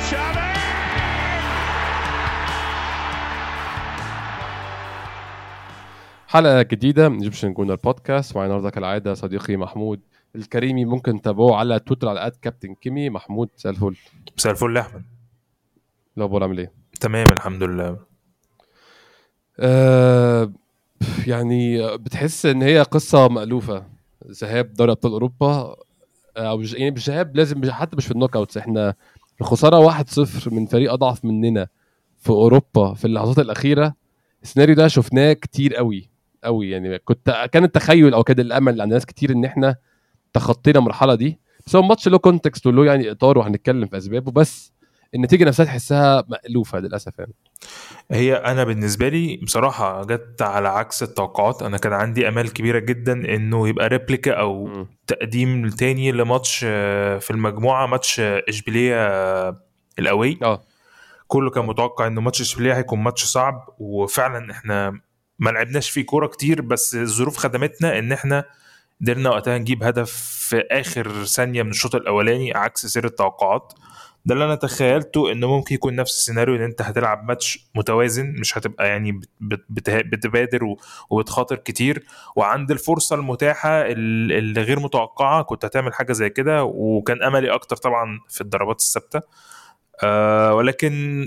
حلقة جديدة من ايجيبشن جونر بودكاست. وعلى النهارده كالعادة صديقي محمود الكريمي، ممكن تتابعوه على تويتر على @كابتن كيمي. محمود مساء الفل. مساء الفل يا احمد. لو بقول عامل ايه؟ تمام الحمد لله. يعني بتحس ان هي قصة مألوفة، ذهاب دوري ابطال اوروبا او يعني مش ذهاب، لازم حتى مش في النوك اوتس. احنا الخسارة 1-0 من فريق اضعف مننا في اوروبا في اللحظات الاخيرة. السيناريو ده شفناه كتير قوي قوي، يعني كان التخيل او كان الامل عند ناس كتير ان احنا تخطينا المرحله دي. بس هو ماتش له كونتكست وله يعني اطار، وهنتكلم في اسبابه، بس النتيجه نفسها تحسها مألوفه للاسف يعني. هي انا بالنسبه لي بصراحه جت على عكس التوقعات. انا كان عندي امال كبيره جدا انه يبقى ريبليكا او تقديم تاني لماتش في المجموعه، ماتش اشبيليه الاوي. كله كان متوقع انه ماتش اشبيليه هيكون ماتش صعب، وفعلا احنا ما لعبناش فيه كوره كتير، بس الظروف خدمتنا ان احنا قدرنا وقتها نجيب هدف في اخر ثانيه من الشوط الاولاني عكس سير التوقعات. ده اللي انا تخيلته، انه ممكن يكون نفس السيناريو، ان انت هتلعب ماتش متوازن، مش هتبقى يعني بتبادر وبتخاطر كتير، وعند الفرصه المتاحه اللي غير متوقعه كنت هتعمل حاجه زي كده. وكان املي اكتر طبعا في الضربات الثابته، ولكن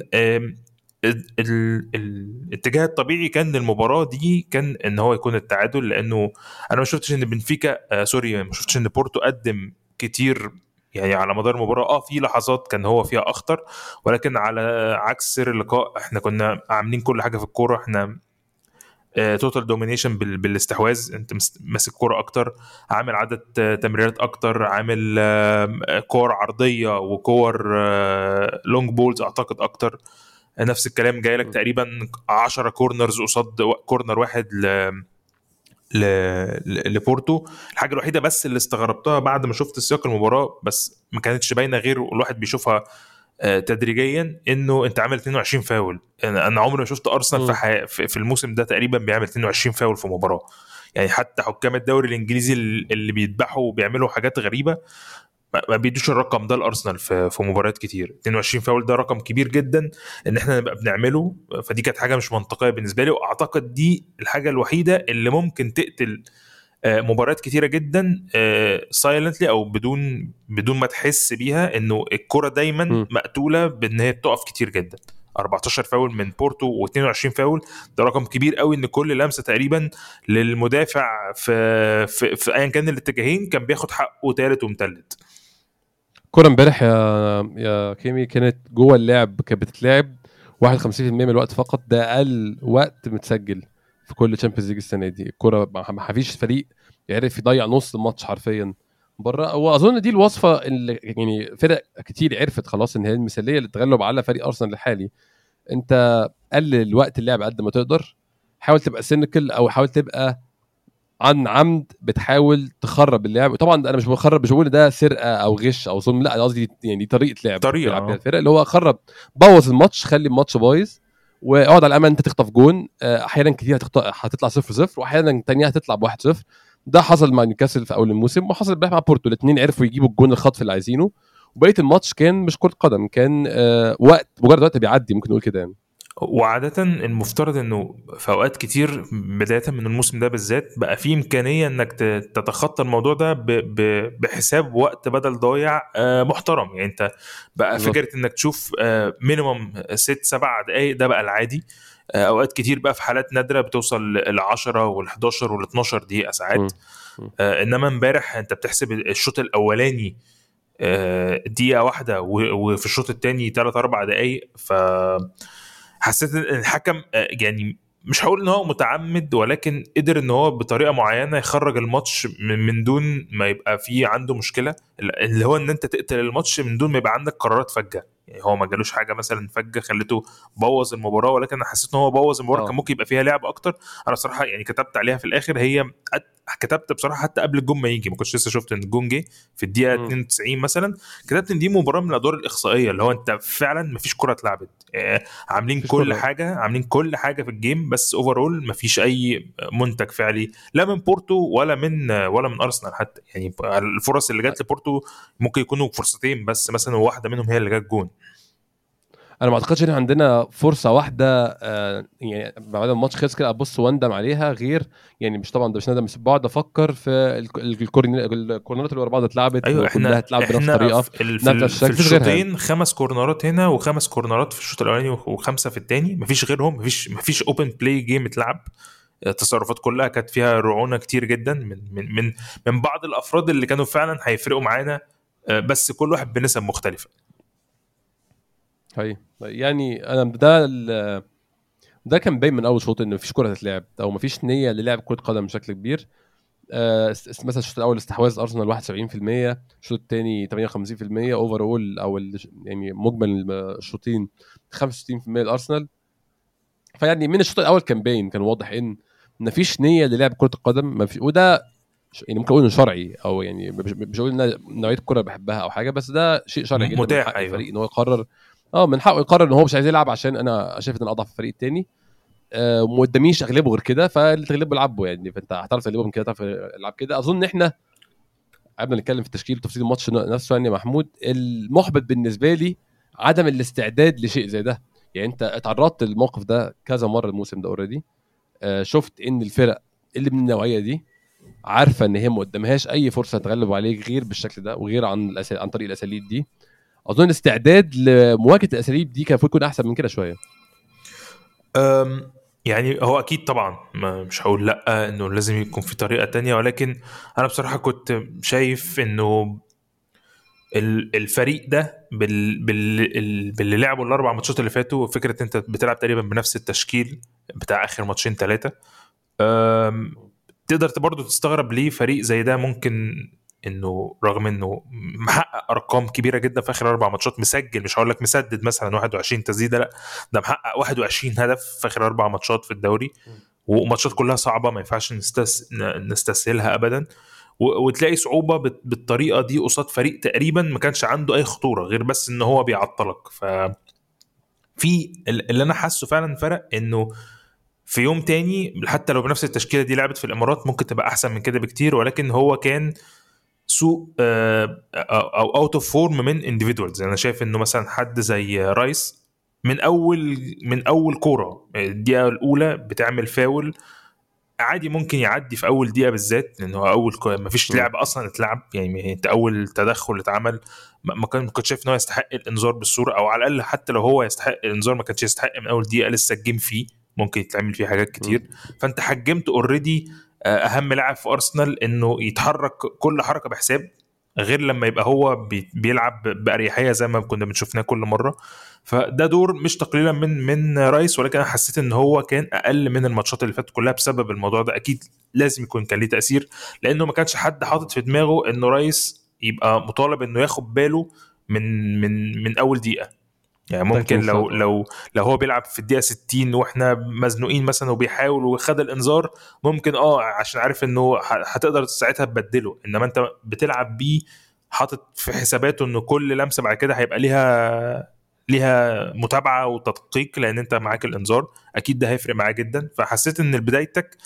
الاتجاه الطبيعي كان للمباراه دي كان ان هو يكون التعادل، لانه انا ما شفتش ان بنفيكا ما شفتش ان بورتو قدم كتير يعني على مدار المباراه. في لحظات كان هو فيها اخطر، ولكن على عكس سير اللقاء احنا كنا عاملين كل حاجه في الكوره. احنا توتال دومينيشن بالاستحواذ، انت ماسك كوره اكتر، عامل عدد تمريرات اكتر، عامل كور عرضيه وكور لونج بولز اعتقد اكتر. نفس الكلام جاي لك تقريبا 10 كورنرز قصاد كورنر واحد لبورتو. الحاجه الوحيده بس اللي استغربتها بعد ما شفت سياق المباراه، بس ما كانتش باينه غير الواحد بيشوفها تدريجيا، انه انت عامل 22 فاول. انا عمري ما شفت ارسنال في الموسم ده تقريبا بيعمل 22 فاول في مباراه. يعني حتى حكام الدوري الانجليزي اللي بيذبحوا وبيعملوا حاجات غريبه ما بيدوش الرقم ده الارسنال في مباريات كتير. 22 فاول ده رقم كبير جدا ان احنا نبقى بنعمله، فدي كانت حاجه مش منطقيه بالنسبه لي. واعتقد دي الحاجه الوحيده اللي ممكن تقتل مباريات كتيره جدا سايلنتلي، او بدون ما تحس بيها، انه الكره دايما مقتوله بان هي بتقف كتير جدا. 14 فاول من بورتو و22 فاول، ده رقم كبير قوي، ان كل لمسه تقريبا للمدافع في ايا كان الاتجاهين كان بياخد حقه ثالث ومثلث. كرة امبارح يا كيمي كانت جوه اللعب، كانت بتتلعب 51% من الوقت فقط. ده اقل وقت متسجل في كل تشامبيونز ليج السنه دي. الكرة ما فيش فريق يعرف يضيع نص الماتش حرفيا بره. واظن دي الوصفه اللي يعني فرق كتير عرفت خلاص ان هي المثاليه للتغلب على فريق ارسنال الحالي. انت قلل وقت اللعب قد ما تقدر، حاول تبقى سينيكل او حاول تبقى عن عمد بتحاول تخرب اللعب. وطبعا انا مش بقول ده سرقه او غش او ظلم، لا، انا قصدي يعني طريقه لعب بيلعب بيها الفرق، اللي هو خرب، بوظ الماتش، خلي الماتش بايظ، واقعد على الامل انت تخطف جون. احيانا كتير هتطلع 0-0، واحيانا تانية هتطلع ب1-0. ده حصل مع نيوكاسل في اول الموسم، وحصل امبارح مع بورتو. الاثنين عرفوا يجيبوا الجون الخطف اللي عايزينه، وبقيه الماتش كان مش كره قدم، كان مجرد وقت بيعدي، ممكن نقول كده يعني. وعادة المفترض انه في اوقات كتير بداية من الموسم ده بالذات بقى فيه امكانية انك تتخطى الموضوع ده بحساب وقت بدل ضايع محترم. يعني انت بقى فكرة انك تشوف مينيمم 6-7 دقايق، ده بقى العادي. اوقات كتير بقى في حالات نادرة بتوصل ل10 وال11 وال12 دقيقة ساعات. انما امبارح انت بتحسب الشوط الاولاني دقيقة واحدة، وفي الشوط الثاني 3-4 دقايق. حسيت ان الحكم يعني مش هقول ان هو متعمد، ولكن قدر ان هو بطريقه معينه يخرج الماتش من دون ما يبقى فيه عنده مشكله، اللي هو ان انت تقتل الماتش من دون ما يبقى عندك قرارات فجه. يعني هو ما جالوش حاجه مثلا فجه خلته بوظ المباراه، ولكن انا حسيت ان هو بوظ المباراه كان ممكن يبقى فيها لعب اكتر. انا صراحه يعني كتبت عليها في الاخر، هي كتبت بصراحه حتى قبل الجون ما يجي، ما كنتش لسه شفت ان الجون جه في الدقيقه 92 مثلا. كتبت ان دي مباراه من الادوار الاقصائيه، اللي هو انت فعلا ما فيش كره اتلعبت، عاملين كل حاجه في الجيم، بس اوفرول ما فيش اي منتج فعلي لا من بورتو ولا من ارسنال حتى. يعني الفرص اللي جت لبورتو ممكن يكونوا فرصتين بس مثلا، وواحده منهم هي اللي جت جون. انا ما اعتقدش ان عندنا فرصه واحده يعني بعد ما الماتش خلص كده ابص واندم عليها، غير يعني مش طبعا ده مش ندم، بس بقعد افكر في الكورنرات اللي ورا بعض اتلعبت ايوه، وكلها احنا اتلعبت بنفس احنا الطريقه، نفس في الشكل، مفيش غيرها. الشوطين 5 كورنرات هنا و5 كورنرات في الشوط الاولاني و5 في الثاني، مفيش غيرهم، مفيش اوبن بلاي جيم اتلعب. التصرفات كلها كانت فيها رعونه كتير جدا من بعض الافراد اللي كانوا فعلا هيفرقوا معانا، بس كل واحد بنسب مختلفه. هي يعني انا ده كان باين من اول شوط ان مفيش كره تتلعب او مفيش نيه للعب كره قدم بشكل كبير. مثلا الشوط الاول استحواذ ارسنال 71%، الشوط الثاني 58%، اوفرول او يعني مجمل الشوطين 65% الارسنال. فيعني من الشوط الاول كان باين، كان واضح ان مفيش نيه للعب كره القدم، ما في. وده يعني ممكن اقول انه شرعي، او يعني مش هقول ان نوعيه الكره بحبها او حاجه، بس ده شيء شرعي جدا من متاح، حق ايوه. الفريق ان هو يقرر. من حقه يقرر ان هو مش عايز يلعب عشان انا شايف ان انا اضعف في الفريق التاني. وما قداميش اغلبه غير كده، فاللي تغلبه العبه يعني، فانت هتعرف تغلبه من كده، تعرف العب كده. اظن احنا قبل نتكلم في التشكيل وتفاصيل الماتش نفسه يعني محمود، المحبط بالنسبه لي عدم الاستعداد لشيء زي ده. يعني انت اتعرضت للموقف ده كذا مره الموسم ده اوريدي. شفت ان الفرق اللي من النوعيه دي عارفه ان هي ما قدامهاش اي فرصه تغلب عليك غير بالشكل ده، وغير عن طريق الاساليب دي. اظن الاستعداد لمواجهه الاساليب دي كان المفروض يكون احسن من كده شويه. يعني هو اكيد طبعا مش هقول لا انه لازم يكون في طريقة تانية، ولكن انا بصراحة كنت شايف انه الفريق ده باللي لعبوا الاربع ماتشات اللي فاتوا، فكرة انت بتلعب تقريبا بنفس التشكيل بتاع اخر ماتشين ثلاثة. تقدر برضه تستغرب ليه فريق زي ده ممكن انه رغم انه محقق ارقام كبيره جدا في اخر اربع ماتشات، مسجل، مش هقول لك مسدد مثلا 21 تسديده، لا، ده محقق 21 هدف في اخر اربع ماتشات في الدوري، وماتشات كلها صعبه ما ينفعش نستسهلها ابدا. وتلاقي صعوبه بالطريقه دي قصاد فريق تقريبا ما كانش عنده اي خطوره غير بس ان هو بيعطلك. في اللي انا حاسه فعلا فرق انه في يوم تاني حتى لو بنفس التشكيله دي لعبت في الامارات ممكن تبقى احسن من كده بكتير، ولكن هو كان سوء او اوت اوف فورم من انديفيدوالز. انا شايف انه مثلا حد زي رايس من اول كوره الدقيقه الاولى بتعمل فاول عادي، ممكن يعدي في اول دقيقه بالذات، لان هو ما فيش لعب اصلا اتلعب، يعني انت اول تدخل اتعمل ما كنت شايف ان هو يستحق الانذار بالصوره، او على الاقل حتى لو هو يستحق الانذار ما كانش يستحق من اول دقيقه، لسه الجيم فيه ممكن يتعمل فيه حاجات كتير. فانت حجمت اوريدي اهم لاعب في ارسنال انه يتحرك كل حركه بحساب، غير لما يبقى هو بيلعب باريحيه زي ما كنا بنشوفناه كل مره. فده دور مش تقليلا من رايس، ولكن انا حسيت ان هو كان اقل من الماتشات اللي فاتت كلها بسبب الموضوع ده. اكيد لازم يكون كان ليه تاثير، لانه ما كانش حد حاطط في دماغه انه رايس يبقى مطالب انه ياخد باله من اول دقيقه. يعني ممكن لو هو بيلعب في الدقيقه 60 واحنا مزنوقين مثلا وبيحاول وخد الانذار، ممكن عشان عارف انه هتقدر ساعتها تبدله، انما انت بتلعب بيه حاطط في حساباته انه كل لمسه بعد كده هيبقى ليها متابعه وتدقيق، لان انت معاك الانذار، اكيد ده هيفرق معاه جدا. فحسيت ان بدايتك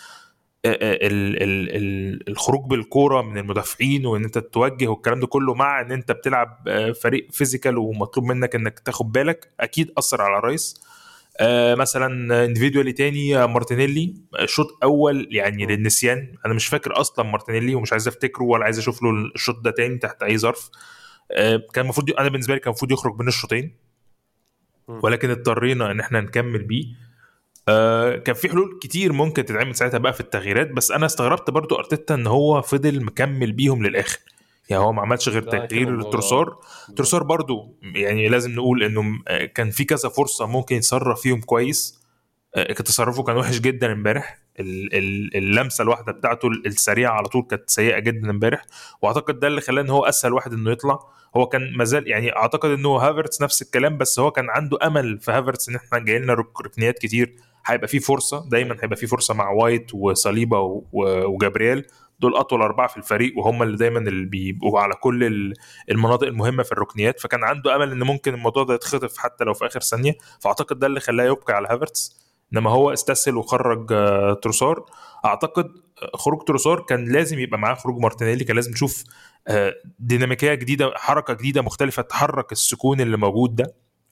الخروج بالكوره من المدافعين وان انت توجه والكلام ده كله، مع ان انت بتلعب فريق فيزيكال ومطلوب منك انك تاخد بالك، اكيد اثر على رايس. مثلا انديفيدوالي تاني مارتينيلي شوط اول يعني للنسيان، انا مش فاكر اصلا مارتينيلي ومش عايز افتكره ولا عايز اشوف له الشوط ده تاني تحت اي ظرف. كان المفروض، انا بالنسبه لي كان المفروض يخرج بين الشوطين، ولكن اضطرينا ان احنا نكمل بيه. كان في حلول كتير ممكن تتعمل ساعتها بقى في التغييرات، بس انا استغربت برضو ارتيتا ان هو فضل مكمل بيهم للاخر، يعني هو ما عملش غير تغيير تروسار برضو. يعني لازم نقول انه كان في كذا فرصة ممكن يتصرف فيهم كويس، تصرفه كان وحش جدا امبارح. اللمسه الواحده بتاعته السريعه على طول كانت سيئه جدا امبارح، واعتقد ده اللي خلاه ان هو اسهل واحد انه يطلع. هو كان مازال يعني اعتقد انه هافرتس نفس الكلام، بس هو كان عنده امل في هافرتس ان احنا جاي لنا ركنيات كتير، هيبقى في فرصه دايما، هيبقى في فرصه مع وايت وصليبا وجابرييل، دول اطول اربعه في الفريق وهم اللي دايما اللي بيبقوا على كل المناطق المهمه في الركنيات، فكان عنده امل ان ممكن الموضوع ده يتخطف حتى لو في اخر ثانيه، فاعتقد ده اللي خلاه يبقى على هافرتس. انما هو استسهل وخرج تروسار. اعتقد خروج تروسار كان لازم يبقى معاه خروج مارتينيلي، كان لازم نشوف ديناميكيه جديده، حركه جديده مختلفه تحرك السكون اللي موجود ده،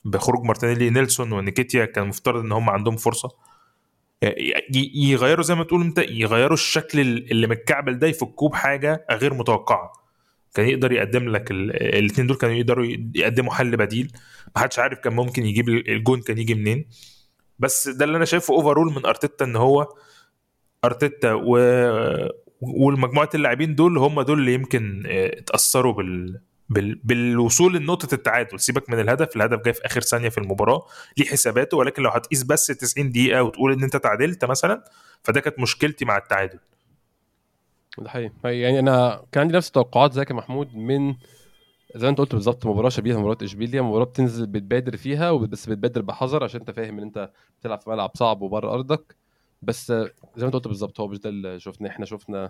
بخروج مارتينيلي نيلسون ونيكيتيا كان مفترض ان هم عندهم فرصه يغيروا زي ما تقول انت، يغيروا الشكل اللي متكعبل ده، يفكوه بحاجه غير متوقعه. كان يقدر يقدم لك الاثنين دول، كانوا يقدروا يقدموا حل بديل. ما حدش عارف كان ممكن يجيب الجون كان يجي منين. بس ده اللي انا شايفه اوفرول من ارتيتا، ان هو ارتيتا والمجموعه اللاعبين دول هم دول اللي يمكن اتاثروا بالوصول لنقطه التعادل. سيبك من الهدف جاي في اخر ثانيه في المباراه، ليه حساباته، ولكن لو هتقيس بس 90 دقيقه وتقول ان انت تعادلت مثلا، فده كانت مشكلتي مع التعادل. ده حقيقي. يعني انا كان عندي نفس التوقعات زي محمود، من زي ما انت قلت بالظبط، مباراه شبيهه لمباراه اشبيليا، مباراه بتنزل بتبادر فيها بس بتبادر بحذر، عشان انت فاهم ان انت بتلعب في ملعب صعب وبره ارضك. بس زي ما انت قلت بالظبط، هو مش ده اللي شفناه. احنا شفنا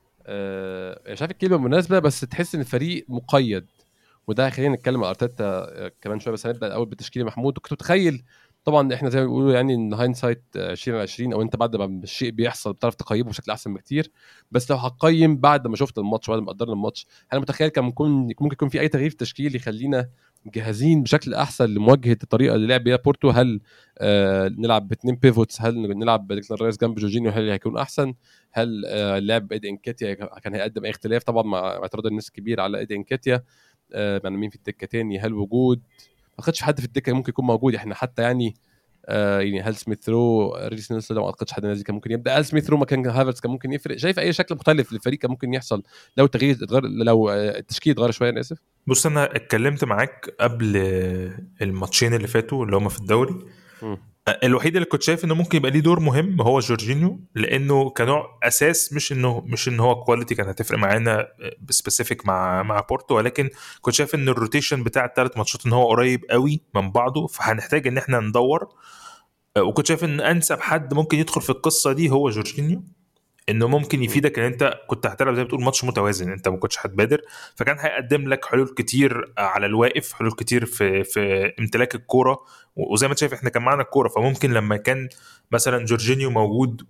مش عارف الكلمه المناسبه، بس تحس ان الفريق مقيد. وده هيخلينا نتكلم على ارتيتا كمان شويه، بس هنبدا الاول بالتشكيل. محمود كنت متخيل طبعا، احنا زي ما بيقولوا يعني ان هايندسايت 2020، او انت بعد ما الشيء بيحصل بتعرف تقيمه بشكل احسن بكتير. بس لو هقيم بعد ما شفت الماتش، بعد ما قدرنا الماتش، انا متخيل كان ممكن يكون في اي تغيير في التشكيل يخلينا جاهزين بشكل احسن لمواجهه الطريقه اللي لعب بيها بورتو. هل نلعب باثنين بيفوتس؟ هل نلعب ديكلان رايس جنب جورجينيو؟ هل هيكون احسن؟ هل اللعب بايدي انكيتيا كان هيقدم اي اختلاف؟ طبعا مع اعتراض الناس الكبير على ايدي انكيتيا. يعني مين في الدكه تاني؟ هل وجود، ما اعتقدش في حد في الدكه ممكن يكون موجود. احنا حتى يعني يعني هل سميث رو، ريس نيلسون، ما اعتقدش حد نازل كان ممكن يبدا. هل سميث رو مكان هافرتز كان ممكن يفرق؟ شايف اي شكل مختلف للفريق كان ممكن يحصل لو تغيير اتغير، لو التشكيل اتغير شويه؟ انا اسف. بص انا اتكلمت معاك قبل الماتشين اللي فاتوا اللي هم في الدوري. مم. الوحيد اللي كنت شايف انه ممكن يبقى ليه دور مهم هو جورجينيو، لانه كنوع اساس، مش انه هو كواليتي كان هتفرق معانا بسبيسيفيك مع بورتو، ولكن كنت شايف ان الروتيشن بتاع الثلاث ماتشات ان هو قريب قوي من بعضه، فهنحتاج ان احنا ندور. وكنت شايف ان انسب حد ممكن يدخل في القصه دي هو جورجينيو، انه ممكن يفيدك ان انت كنت هتلعب زي ما بتقول ماتش متوازن، انت ما كنتش هتبادر، فكان هيقدم لك حلول كتير على الواقف، حلول كتير في امتلاك الكوره. وزي ما انت شايف احنا كان معانا الكوره، فممكن لما كان مثلا جورجينيو موجود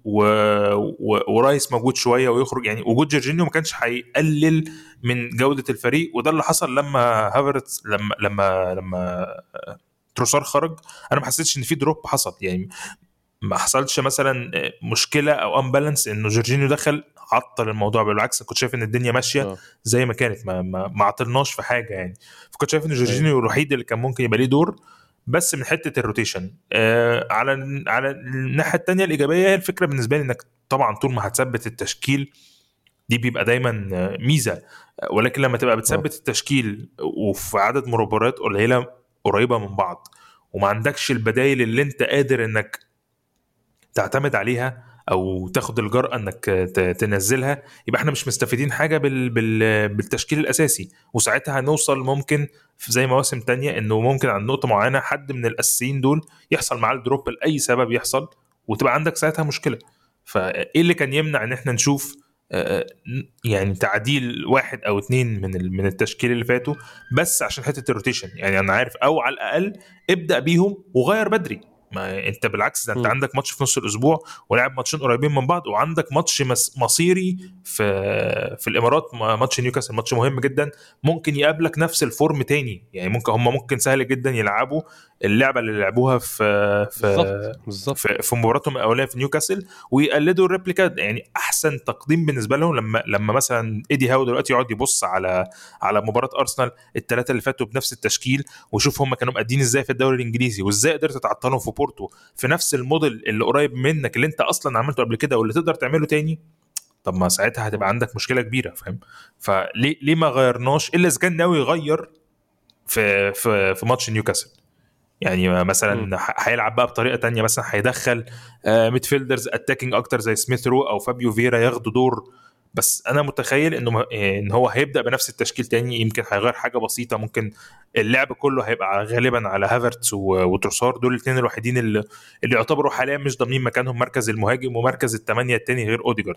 ورايس موجود شويه ويخرج، يعني وجود جورجينيو ما كانش هيقلل من جوده الفريق. وده اللي حصل لما هافرتز، لما تروسار خرج، انا ما حسيتش ان في دروب حصل، يعني ما حصلش مثلا مشكله او امبالانس انه جورجينيو دخل عطل الموضوع. بالعكس كنت شايف ان الدنيا ماشيه اه زي ما كانت، ما عطلناش في حاجه يعني. فكنت شايف ان جورجينيو الوحيد اللي كان ممكن يبقى ليه دور، بس من حته الروتيشن. على الناحيه الثانيه الايجابيه، هي الفكره بالنسبه لي انك طبعا طول ما هتثبت التشكيل دي بيبقى دايما ميزه، ولكن لما تبقى اه بتثبت التشكيل وفي عدد مباريات قليله قريبه من بعض، وما عندكش البدايل اللي انت قادر انك تعتمد عليها او تاخد الجرأة انك تنزلها، يبقى احنا مش مستفيدين حاجة بالتشكيل الاساسي. وساعتها هنوصل ممكن في زي مواسم تانية انه ممكن عند نقطة معينة حد من الاساسيين دول يحصل معاه الدروب لأي سبب يحصل، وتبقى عندك ساعتها مشكلة. فايه اللي كان يمنع ان احنا نشوف يعني تعديل واحد او اتنين من التشكيل اللي فاتوا، بس عشان حته الروتيشن؟ يعني انا عارف، او على الاقل ابدا بيهم وغير بدري. ما انت بالعكس، ده انت مم. عندك ماتش في نص الاسبوع ولعب ماتشين قريبين من بعض، وعندك ماتش مصيري في الامارات، ماتش نيوكاسل، ماتش مهم جدا، ممكن يقابلك نفس الفورم تاني. يعني ممكن سهل جدا يلعبوا اللعبه اللي لعبوها بالظبط بالظبط. في مباراتهم الاولانيه في نيوكاسل، ويقلدوا الريبليكا. يعني احسن تقديم بالنسبه لهم لما مثلا ايدي هاو دلوقتي يقعد يبص على مباراه ارسنال الثلاثه اللي فاتوا بنفس التشكيل، وشوف هم كانوا مقدين ازاي في الدوري الانجليزي، وازاي قدرت تعطلهم في بورتو في نفس الموديل اللي قريب منك، اللي انت اصلا عملته قبل كده واللي تقدر تعمله تاني. طب ما ساعتها هتبقى مم. عندك مشكله كبيره، فاهم؟ فليه ما غيرناش الا اذا كان ناوي يغير في ماتش نيوكاسل؟ يعني مم. مثلا هيلعب بقى بطريقه تانية، مثلا هيدخل ميدفيلدرز اتاكينج اكتر زي سميث رو او فابيو فيرا ياخدوا دور. بس انا متخيل ان هو هيبدا بنفس التشكيل تاني، يمكن هيغير حاجه بسيطه، ممكن اللعب كله هيبقى غالبا على هافرتس وتروسار، دول الاثنين الوحيدين اللي يعتبروا حاليا مش ضامنين مكانهم، مركز المهاجم ومركز الثمانيه التاني غير اوديجارد.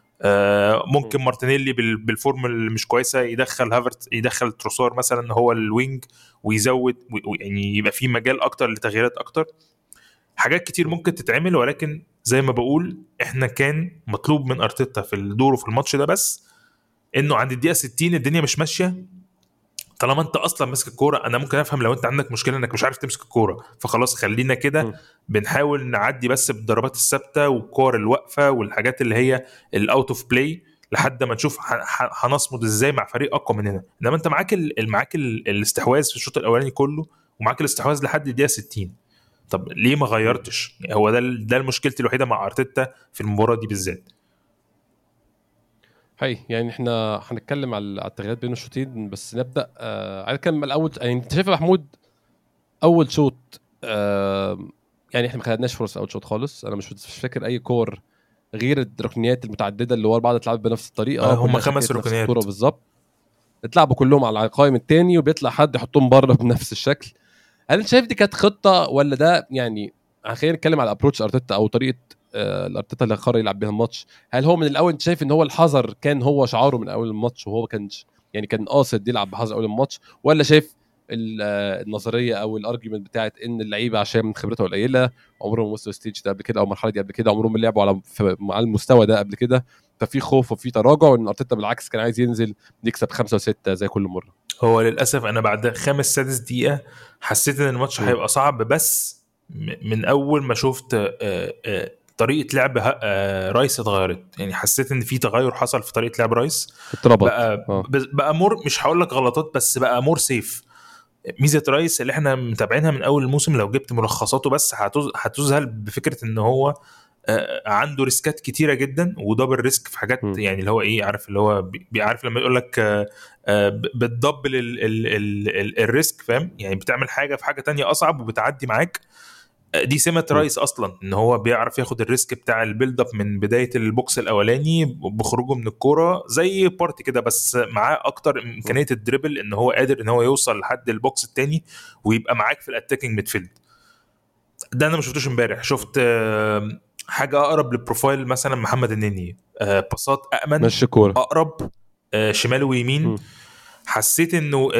مم. ممكن مارتينيلي بالفورم اللي مش كويسه يدخل هافرت، يدخل تروسار مثلا هو الوينج، ويزود يعني يبقى في مجال اكتر لتغييرات اكتر. حاجات كتير مم. ممكن تتعمل، ولكن زي ما بقول احنا كان مطلوب من ارتيتا في الدور وفي الماتش ده بس انه عند الدقيقه 60 الدنيا مش ماشيه، طالما انت اصلا ماسك الكوره، انا ممكن افهم لو انت عندك مشكله انك مش عارف تمسك الكوره، فخلاص خلينا كده بنحاول نعدي بس بالضربات الثابته والكور الواقفه والحاجات اللي هي الاوت اوف بلاي لحد ما نشوف هنصمد ازاي مع فريق اقوى مننا. انما انت معاك الاستحواذ في الشوط الاولاني كله، ومعاك الاستحواذ لحد الدقيقه 60. طب ليه ما غيرتش؟ هو ده المشكلتي الوحيده مع ارتيتا في المباراه دي بالذات. هاي يعني احنا هنتكلم على التغييرات بين الشوطين، بس نبدا على كم الاول. يعني انت شايف يا محمود اول شوط يعني احنا ما خدناش فرص اول شوط خالص. انا مش فاكر اي كور غير الركنيات المتعدده اللي ورا بعض اتلعبت بنفس الطريقه، هم كلها 5 شكلت نفس الكوره ركنيات. بالظبط، اتلعبوا كلهم على القائم الثاني وبيطلع حد يحطهم بره بنفس الشكل. هل انت شايف دي كانت خطه ولا ده يعني؟ خلينا نتكلم على ابروتش ارتيتا او طريقه الارتيتا اللي قرر يلعب بيها الماتش. هل هو من الاول انت شايف ان هو الحذر كان هو شعاره من اول الماتش وهو كانش يعني كان قاصد يلعب بحذر اول الماتش، ولا شايف النظريه او الارجيومنت بتاعت ان اللعيبه عشان من خبرتها قليله عمرهم ما وصلوا ستيج ده قبل كده او المرحله دي قبل كده، عمرهم ما لعبوا على المستوى ده قبل كده، ففي خوف وفي تراجع، وان ارتيتا بالعكس كان عايز ينزل يكسب 5 و6 زي كل مره؟ هو للاسف انا بعد 5 6 دقيقه حسيت ان الماتش هيبقى صعب، بس من اول ما شفت طريقه لعب رايس اتغيرت. يعني حسيت ان في تغير حصل في طريقه لعب رايس. اتربط. بقى مور، مش هقول لك غلطات، بس بقى مور سيف. ميزه رايس اللي احنا متابعينها من اول الموسم، لو جبت ملخصاته بس هتذهل بفكره ان هو عنده ريسكات كتيره جدا ودبل ريسك في حاجات. يعني اللي هو ايه، عارف اللي هو بيعرف لما يقول لك بتدبل الريسك، فاهم؟ يعني بتعمل حاجه في حاجه تانية اصعب وبتعدي معاك. دي سمة رايس اصلا، ان هو بيعرف ياخد الريسك بتاع البيلد اب من بدايه البوكس الاولاني بخروجه من الكوره زي بارتي كده، بس معاه اكتر امكانيه الدريبل، ان هو قادر ان هو يوصل لحد البوكس التاني ويبقى معاك في الاتاكينج ميدفيلد. ده انا ما شفتوش امبارح. شفت حاجه اقرب للبروفايل مثلا محمد النني، باصات امن، ماشي كوره اقرب، شمال ويمين. حسيت انه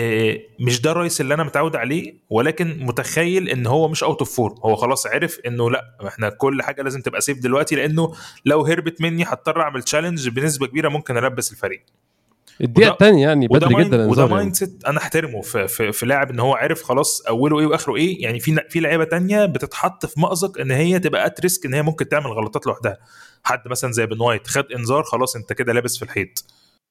مش ده الرئيس اللي انا متعود عليه، ولكن متخيل ان هو مش اوت اوف فورم. هو خلاص عرف انه لا، احنا كل حاجه لازم تبقى سيف دلوقتي، لانه لو هربت مني هضطر اعمل تشالنج بنسبه كبيره ممكن البس الفريق. الدقيقه الثانيه يعني بدري جدا وده الانذار يعني. مايند سيت انا احترمه في لاعب، ان هو عارف خلاص اوله ايه واخره ايه. يعني في لعيبه تانية بتتحط في مأزق ان هي تبقى ات ريسك، ان هي ممكن تعمل غلطات لوحدها. حد مثلا زي بن وايت خد انذار، خلاص انت كده لابس في الحيط.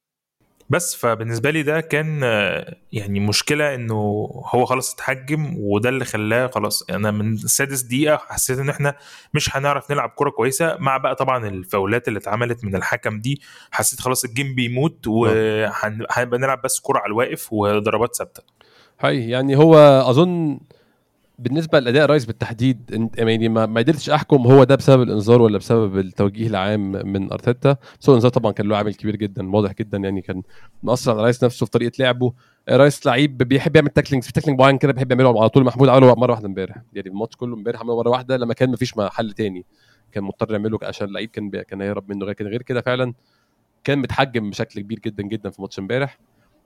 بس فبالنسبه لي ده كان يعني مشكله، انه هو خلاص اتحجم، وده اللي خلاه خلاص. انا من السادس دقيقه حسيت ان احنا مش هنعرف نلعب كره كويسه، مع بقى طبعا الفاولات اللي اتعملت من الحكم دي. حسيت خلاص الجيم بيموت، وهنبقى نلعب بس كره على الواقف وضربات ثابته. هاي يعني هو اظن بالنسبه لاداء رايس بالتحديد يعني ما قدرتش احكم هو ده بسبب الانذار ولا بسبب التوجيه العام من ارتيتا. بس هو الانذار طبعا كان له عامل كبير جدا واضح جدا، يعني كان مأثر على رايس نفسه في طريقه لعبه. رايس لعيب بيحب يعمل تاكلينج، في تاكلينج معين كده بيحب يعمله على طول. محمود عمله مره واحده امبارح، يعني الماتش كله امبارح عمله مره واحده لما كان مفيش حل تاني، كان مضطر يعمله عشان اللعيب كان هيهرب منه. لكن غير كده فعلا كان متحجم بشكل كبير جدا جدا في ماتش امبارح.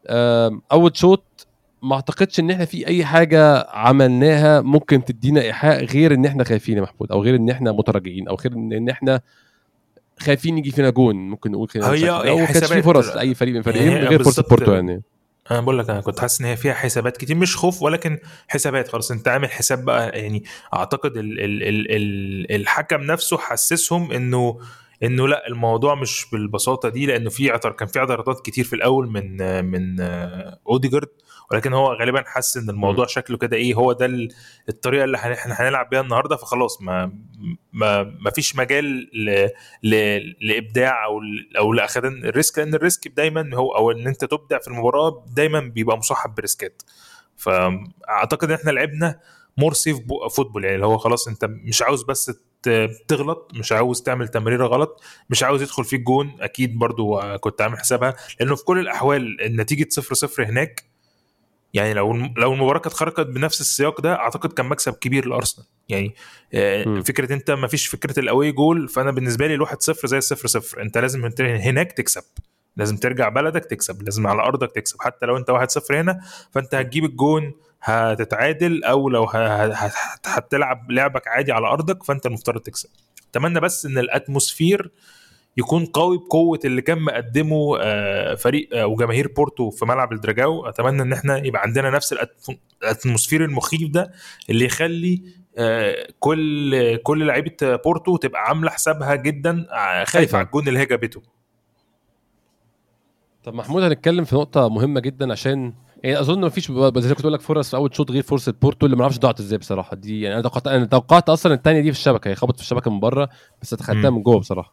اول شوط ما اعتقدش ان احنا في اي حاجه عملناها ممكن تدينا ايحاء غير ان احنا خايفين يا محمود، او غير ان احنا متراجعين، او غير ان احنا خايفين يجي فينا جون. ممكن نقول كده بالشكل ده، هي وما كانش في حسابات فرص لاي فريق من يعني، الفريقين هي غير فرصه بالظبط. بورتو يعني. انا بقول لك انا كنت حاسس ان هي فيها حسابات كتير، مش خوف ولكن حسابات. خلاص انت عامل حساب بقى يعني. اعتقد الحكم نفسه حسسهم انه لا، الموضوع مش بالبساطه دي، لانه كان في اعتراضات كتير في الاول من اوديجارد. ولكن هو غالبا حس ان الموضوع شكله كده ايه، هو ده الطريقه اللي احنا هنلعب بيها النهارده. فخلاص ما فيش مجال لابداع او لاخذ الريسك، لان الريسك دايما هو، او ان انت تبدع في المباراه دايما بيبقى مصاحب بريسكات. فاعتقد ان احنا لعبنا مور سيف فوتبول، يعني اللي هو خلاص انت مش عاوز بس تغلط، مش عاوز تعمل تمريره غلط، مش عاوز يدخل فيك جون. اكيد برضو كنت عامل حسابها، لانه في كل الاحوال النتيجه 0-0 هناك. يعني لو المباراه كانت خرجت بنفس السياق ده، اعتقد كان مكسب كبير لارسنال. يعني فكره انت ما فيش فكره الاوي جول، فانا بالنسبه لي الواحد صفر زي الصفر صفر. انت لازم هناك تكسب، لازم ترجع بلدك تكسب، لازم على ارضك تكسب. حتى لو انت 1-0 هنا، فانت هتجيب الجون، هتتعادل، او لو هتلعب لعبك عادي على ارضك، فانت المفترض تكسب. اتمنى بس ان الاتموسفير يكون قوي بقوه اللي كان مقدمه فريق وجماهير بورتو في ملعب الدراجاو. اتمنى ان احنا يبقى عندنا نفس الاتموسفير المخيف ده اللي يخلي كل لعيبه بورتو تبقى عامله حسابها جدا، خايفه على الجون اللي هي جابته. طب محمود، هنتكلم في نقطه مهمه جدا، عشان يعني اظن مفيش زي كنت بقول لك فرص في اول شوط غير فرصه بورتو اللي ما نعرفش ضاعت ازاي بصراحه. دي يعني انا توقعت اصلا الثانيه دي في الشبكه، هي خبطت في الشبكه من بره، بس اتخيلتها من جوه بصراحه.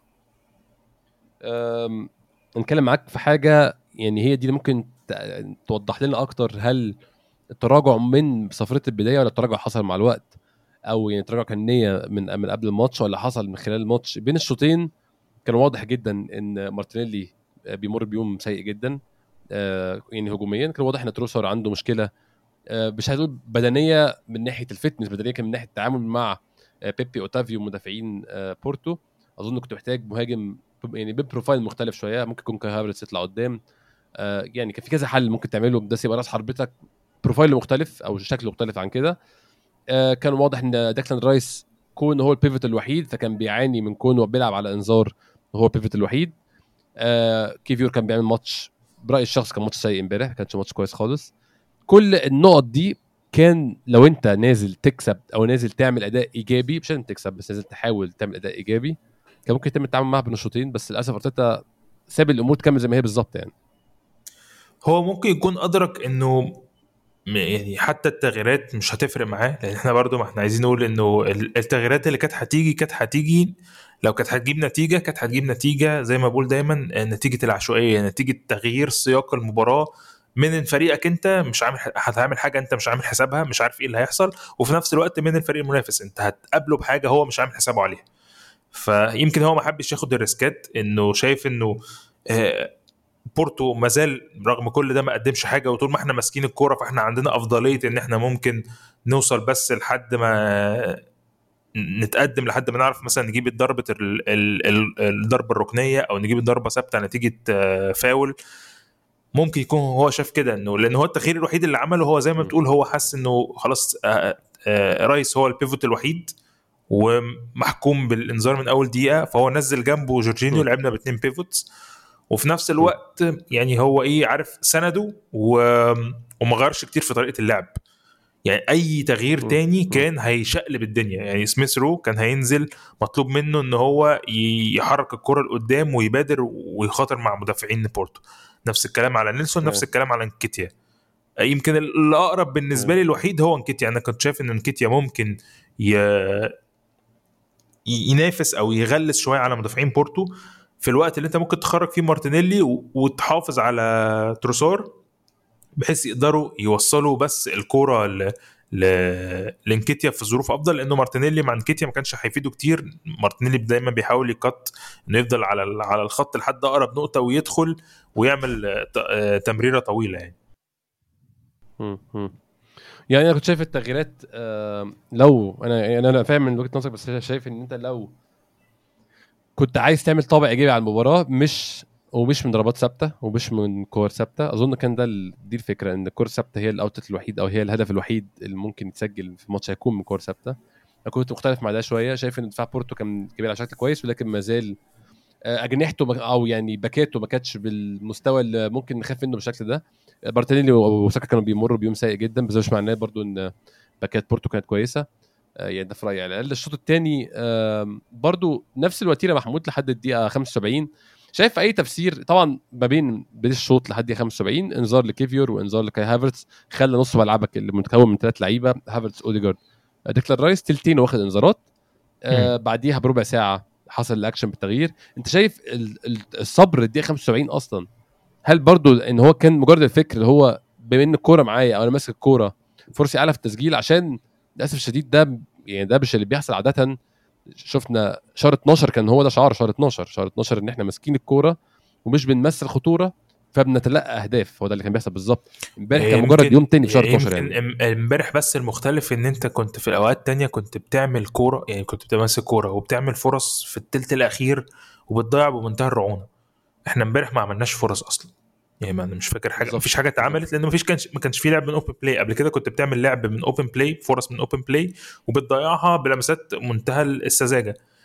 نتكلم معاك في حاجه يعني هي دي اللي ممكن توضح لنا اكتر، هل التراجع من صفرة البدايه ولا التراجع حصل مع الوقت، او يعني التراجع كان نيه من قبل الماتش ولا حصل من خلال الماتش؟ بين الشوطين كان واضح جدا ان مارتينيلي بيمر بيوم سيء جدا. يعني هجوميا كان واضح ان تروسر عنده مشكله، مش هقول بدنيه من ناحيه الفتنس، بدنيه كان من ناحيه التعامل مع بيبي اوتافيو مدافعين بورتو. اظن كنت محتاج مهاجم يعني ببروفايل مختلف شويه، ممكن يكون كاي هافرتس يطلع قدام. يعني كان في كذا حل ممكن تعمله، بس يبقى راس حربتك بروفايل مختلف او شكل مختلف عن كده. كان واضح ان داكلان رايس كون هو البيفوت الوحيد، فكان بيعاني من كونه بيلعب على انذار وهو البيفوت الوحيد. كيفيور كان بيعمل ماتش برايي الشخص كان ماتش سيء امبارح، كانش ماتش كويس خالص. كل النقط دي كان لو انت نازل تكسب او نازل تعمل اداء ايجابي، مش لازم تكسب بس نازل تحاول تعمل اداء ايجابي، كان ممكن يتم التعامل معها بين الشوطين. بس للاسف ارتيتا ساب الامور تكمل زي ما هي بالظبط يعني. هو ممكن يكون ادرك انه يعني حتى التغييرات مش هتفرق معاه، لان احنا برضو ما احنا عايزين نقول انه التغييرات اللي كانت هتيجي لو كانت هتجيب نتيجه زي ما بقول دايما، نتيجه العشوائيه، نتيجه تغيير سياق المباراه من فريقك انت مش عامل هتعمل حاجه انت مش عامل حسابها، مش عارف ايه اللي هيحصل، وفي نفس الوقت من الفريق المنافس انت هتقابله بحاجه هو مش عامل حسابه عليها. فيمكن هو ما حبش ياخد الريسكات، انه شايف انه بورتو مازال رغم كل ده ما قدمش حاجه، وطول ما احنا ماسكين الكوره فاحنا عندنا افضليه ان احنا ممكن نوصل بس لحد ما نتقدم، لحد ما نعرف مثلا نجيب الضربه الركنيه او نجيب الضربه ثابته نتيجه فاول. ممكن يكون هو شاف كده، انه لان هو التغيير الوحيد اللي عمله هو زي ما بتقول هو حس انه خلاص رايس هو البيفوت الوحيد ومحكوم بالانذار من اول دقيقه، فهو نزل جنبه جورجينيو، لعبنا باثنين بيفوتس، وفي نفس الوقت يعني هو ايه عارف سنده وما غيرش كتير في طريقه اللعب. يعني اي تغيير تاني كان هيشقلب الدنيا، يعني سميث رو كان هينزل مطلوب منه ان هو يحرك الكرة لقدام ويبادر ويخاطر مع مدافعين بورتو. نفس الكلام على نيلسون، نفس الكلام على انكيتيا. يمكن الاقرب بالنسبه لي الوحيد هو انكيتيا. انا كنت شايف ان انكيتيا ممكن ينافس او يغلس شويه على مدافعين بورتو في الوقت اللي انت ممكن تخرج فيه مارتينيلي وتحافظ على تروسار، بحيث يقدروا يوصلوا بس الكوره لانكيتيا في ظروف افضل، لانه مارتينيلي مع انكيتيا ما كانش هيفيده كتير. مارتينيلي دايما بيحاول يقط انه يفضل على الخط لحد اقرب نقطه ويدخل ويعمل تمريره طويله يعني. يعني انا كنت شايف التغييرات لو انا فاهم من وجهه نظرك، بس شايف ان انت لو كنت عايز تعمل طابع ايجابي على المباراه، مش من ضربات ثابته ومش من كور ثابته، اظن كان دي الفكره، ان الكور ثابته هي الاوتلت الوحيد او هي الهدف الوحيد اللي ممكن يتسجل في الماتش هيكون من كور ثابته. انا كنت مختلف مع ده شويه، شايف ان دفاع بورتو كان كبير على شكل كويس، ولكن ما زال اجنحته او يعني باكاته ما كانتش بالمستوى اللي ممكن نخاف منه بالشكل ده. مارتينيلي وساكا كانوا بيمروا بيوم سيء جدا، بس مش معناه برضو ان باكات بورتو كانت كويسه. يعني ده في رايي على الاقل. الشوط الثاني برضو نفس الوتيره محمود لحد الدقيقه 75. شايف اي تفسير طبعا ما بين الشوط لحد الدقيقه 75 انذار لكيفيور وانذار لكاي هافرتس، خلى نص ملعبك اللي متكون من 3 لعيبه هافرتس اوديجارد ديكلان رايس تلتين واخد انذارات. بعديها بربع ساعه حصل الاكشن بالتغيير. انت شايف الصبر الدقيقه 75 اصلا، هل برضو ان هو كان مجرد الفكر اللي هو بما ان الكوره معايا او انا ماسك الكوره فرصي اعلى في التسجيل؟ عشان للاسف الشديد ده يعني ده مش اللي بيحصل عاده. شفنا شهر 12 كان هو ده شعار شهر 12 ان احنا ماسكين الكوره ومش بنمثل خطوره فبنتلقى اهداف. هو ده اللي كان بيحصل بالظبط امبارح، كان مجرد يوم تاني في شهر 12 يعني. امبارح بس المختلف ان انت كنت في الاوقات تانية كنت بتعمل كوره، يعني كنت بتمسك كوره وبتعمل فرص في الثلث الاخير وبتضيع بمنتهى الرعونه. احنا امبارح ما عملناش فرص اصلا، يعني ما انا مش فاكر حاجه، مفيش حاجه اتعملت لان ما كانش في لعب من اوبن بلاي. قبل كده كنت بتعمل لعب من اوبن بلاي، فرص من اوبن بلاي وبتضيعها بلمسات منتهى السذاجه.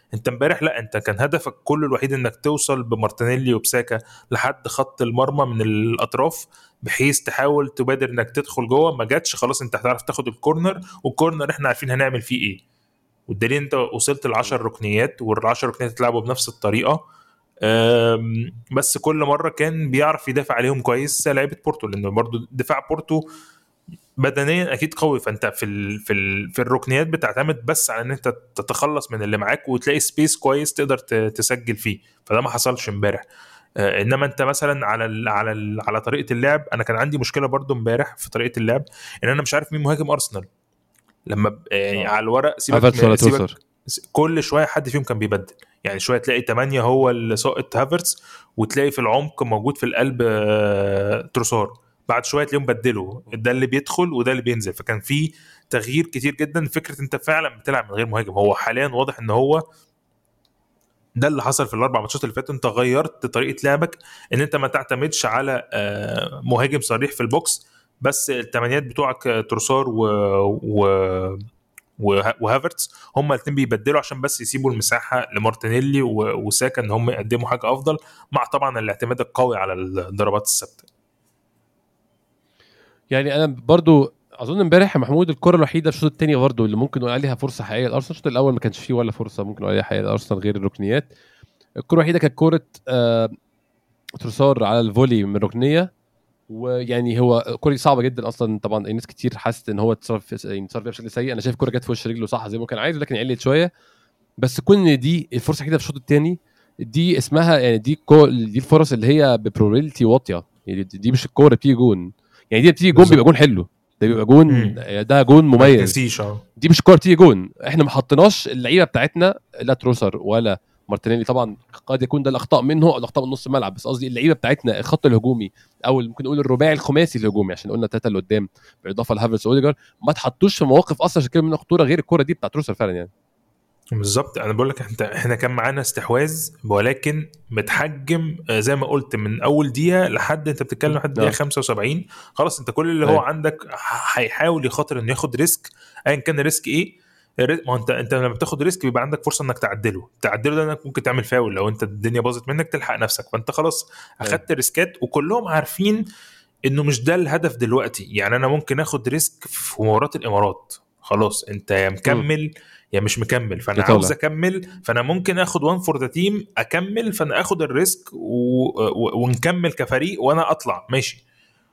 انت امبارح لا، انت كان هدفك كله الوحيد انك توصل بمارتينيلي وبساكا لحد خط المرمى من الاطراف، بحيث تحاول تبادر انك تدخل جوه. ما جاتش، خلاص انت هتعرف تاخد الكورنر، والكورنر احنا عارفين هنعمل فيه ايه. والدليل انت وصلت ل10 ركنيات، وال10 ركنيات اتلعبوا بنفس الطريقه. بس كل مره كان بيعرف يدافع عليهم كويس لعيبه بورتو، لانه برضو دفاع بورتو بدنيا اكيد قوي. فانت في الركنيات بتعتمد بس على ان انت تتخلص من اللي معاك وتلاقي سبيس كويس تقدر تسجل فيه. فده ما حصلش امبارح. انما انت مثلا على طريقه اللعب، انا كان عندي مشكله برضو امبارح في طريقه اللعب، ان انا مش عارف مين مهاجم ارسنال. لما يعني على الورق هافرتس ولا سيبك توسر؟ كل شويه حد فيهم كان بيبدل. يعني شويه تلاقي 8 هو اللي ساقط هافرتس، وتلاقي في العمق موجود في القلب تروسار. بعد شويه تلاقيهم بدلوا، ده اللي بيدخل وده اللي بينزل. فكان في تغيير كتير جدا. فكره انت فعلا بتلعب من غير مهاجم، هو حاليا واضح ان هو ده اللي حصل في الاربع ماتشات اللي فاتوا. انت غيرت طريقه لعبك، ان انت ما تعتمدش على مهاجم صريح في البوكس، بس التمانيات بتوعك تروسار وهافرتس هما الاثنين بيبدلوا عشان بس يسيبوا المساحه لمارتينيلي وساكا ان هم يقدموا حاجه افضل، مع طبعا الاعتماد القوي على الضربات الثابته. يعني انا برضو اظن امبارح يا محمود الكره الوحيده في الشوط الثاني برضو اللي ممكن نقول عليها فرصه حقيقيه لارسنال. الشوط الاول ما كانش فيه ولا فرصه ممكن نقول عليها حقيقيه لارسنال غير الركنيات. الكره الوحيده كانت كوره تروسار على الفولي من ركنيه، ويعني هو كوره صعبه جدا اصلا. طبعا الناس كتير حست ان هو اتصرف فيها بشكل سيء. انا شايف الكوره جت في وش رجله صح زي ما كان عايز، لكن علت شويه. بس كون دي الفرصه كده في الشوط الثاني، دي اسمها يعني دي الفرص اللي هي ببروبابيلتي واطيه. يعني دي مش الكوره بتيجي جون، يعني دي بتيجي جون بيبقى جون حلو، ده بيبقى جون، ده جون ما مميز. يتنسيش. دي مش كوره تيجي جون. احنا ما حطيناش اللعيبه بتاعتنا، لا تروسر ولا مارتينيلي. طبعا قد يكون ده الاخطاء منه او الاخطاء من نص الملعب، بس قصدي اللعيبه بتاعتنا الخط الهجومي او ممكن نقول الرباعي الخماسي الهجومي، عشان قلنا ثلاثه اللي قدام بالاضافه لهافرتس واوديجارد، ما تحطوش في مواقف اصلا عشان كده من خطوره غير الكوره دي بتاعت تروسر فعلا يعني. بالظبط، انا بقول لك احنا كان معانا استحواذ، ولكن متحجم زي ما قلت من اول دقيقه لحد انت بتتكلم لحد دقيقه 75. خلاص انت كل اللي هو أيوة. عندك هيحاول يخاطر انه ياخد ريسك، ايا كان الريسك ايه. ما هو انت لما بتاخد ريسك بيبقى عندك فرصه انك تعدله ده انك ممكن تعمل فاول لو انت الدنيا باظت منك تلحق نفسك. فانت خلاص أيوة. اخدت ريسكات، وكلهم عارفين انه مش ده الهدف دلوقتي. يعني انا ممكن اخد ريسك في مباراه الامارات، خلاص انت يا مكمل يا مش مكمل، فانا عاوز يطلع. اكمل، فانا ممكن اخد وان فور ذا تيم اكمل، فانا اخد الريسك ونكمل كفريق وانا اطلع ماشي.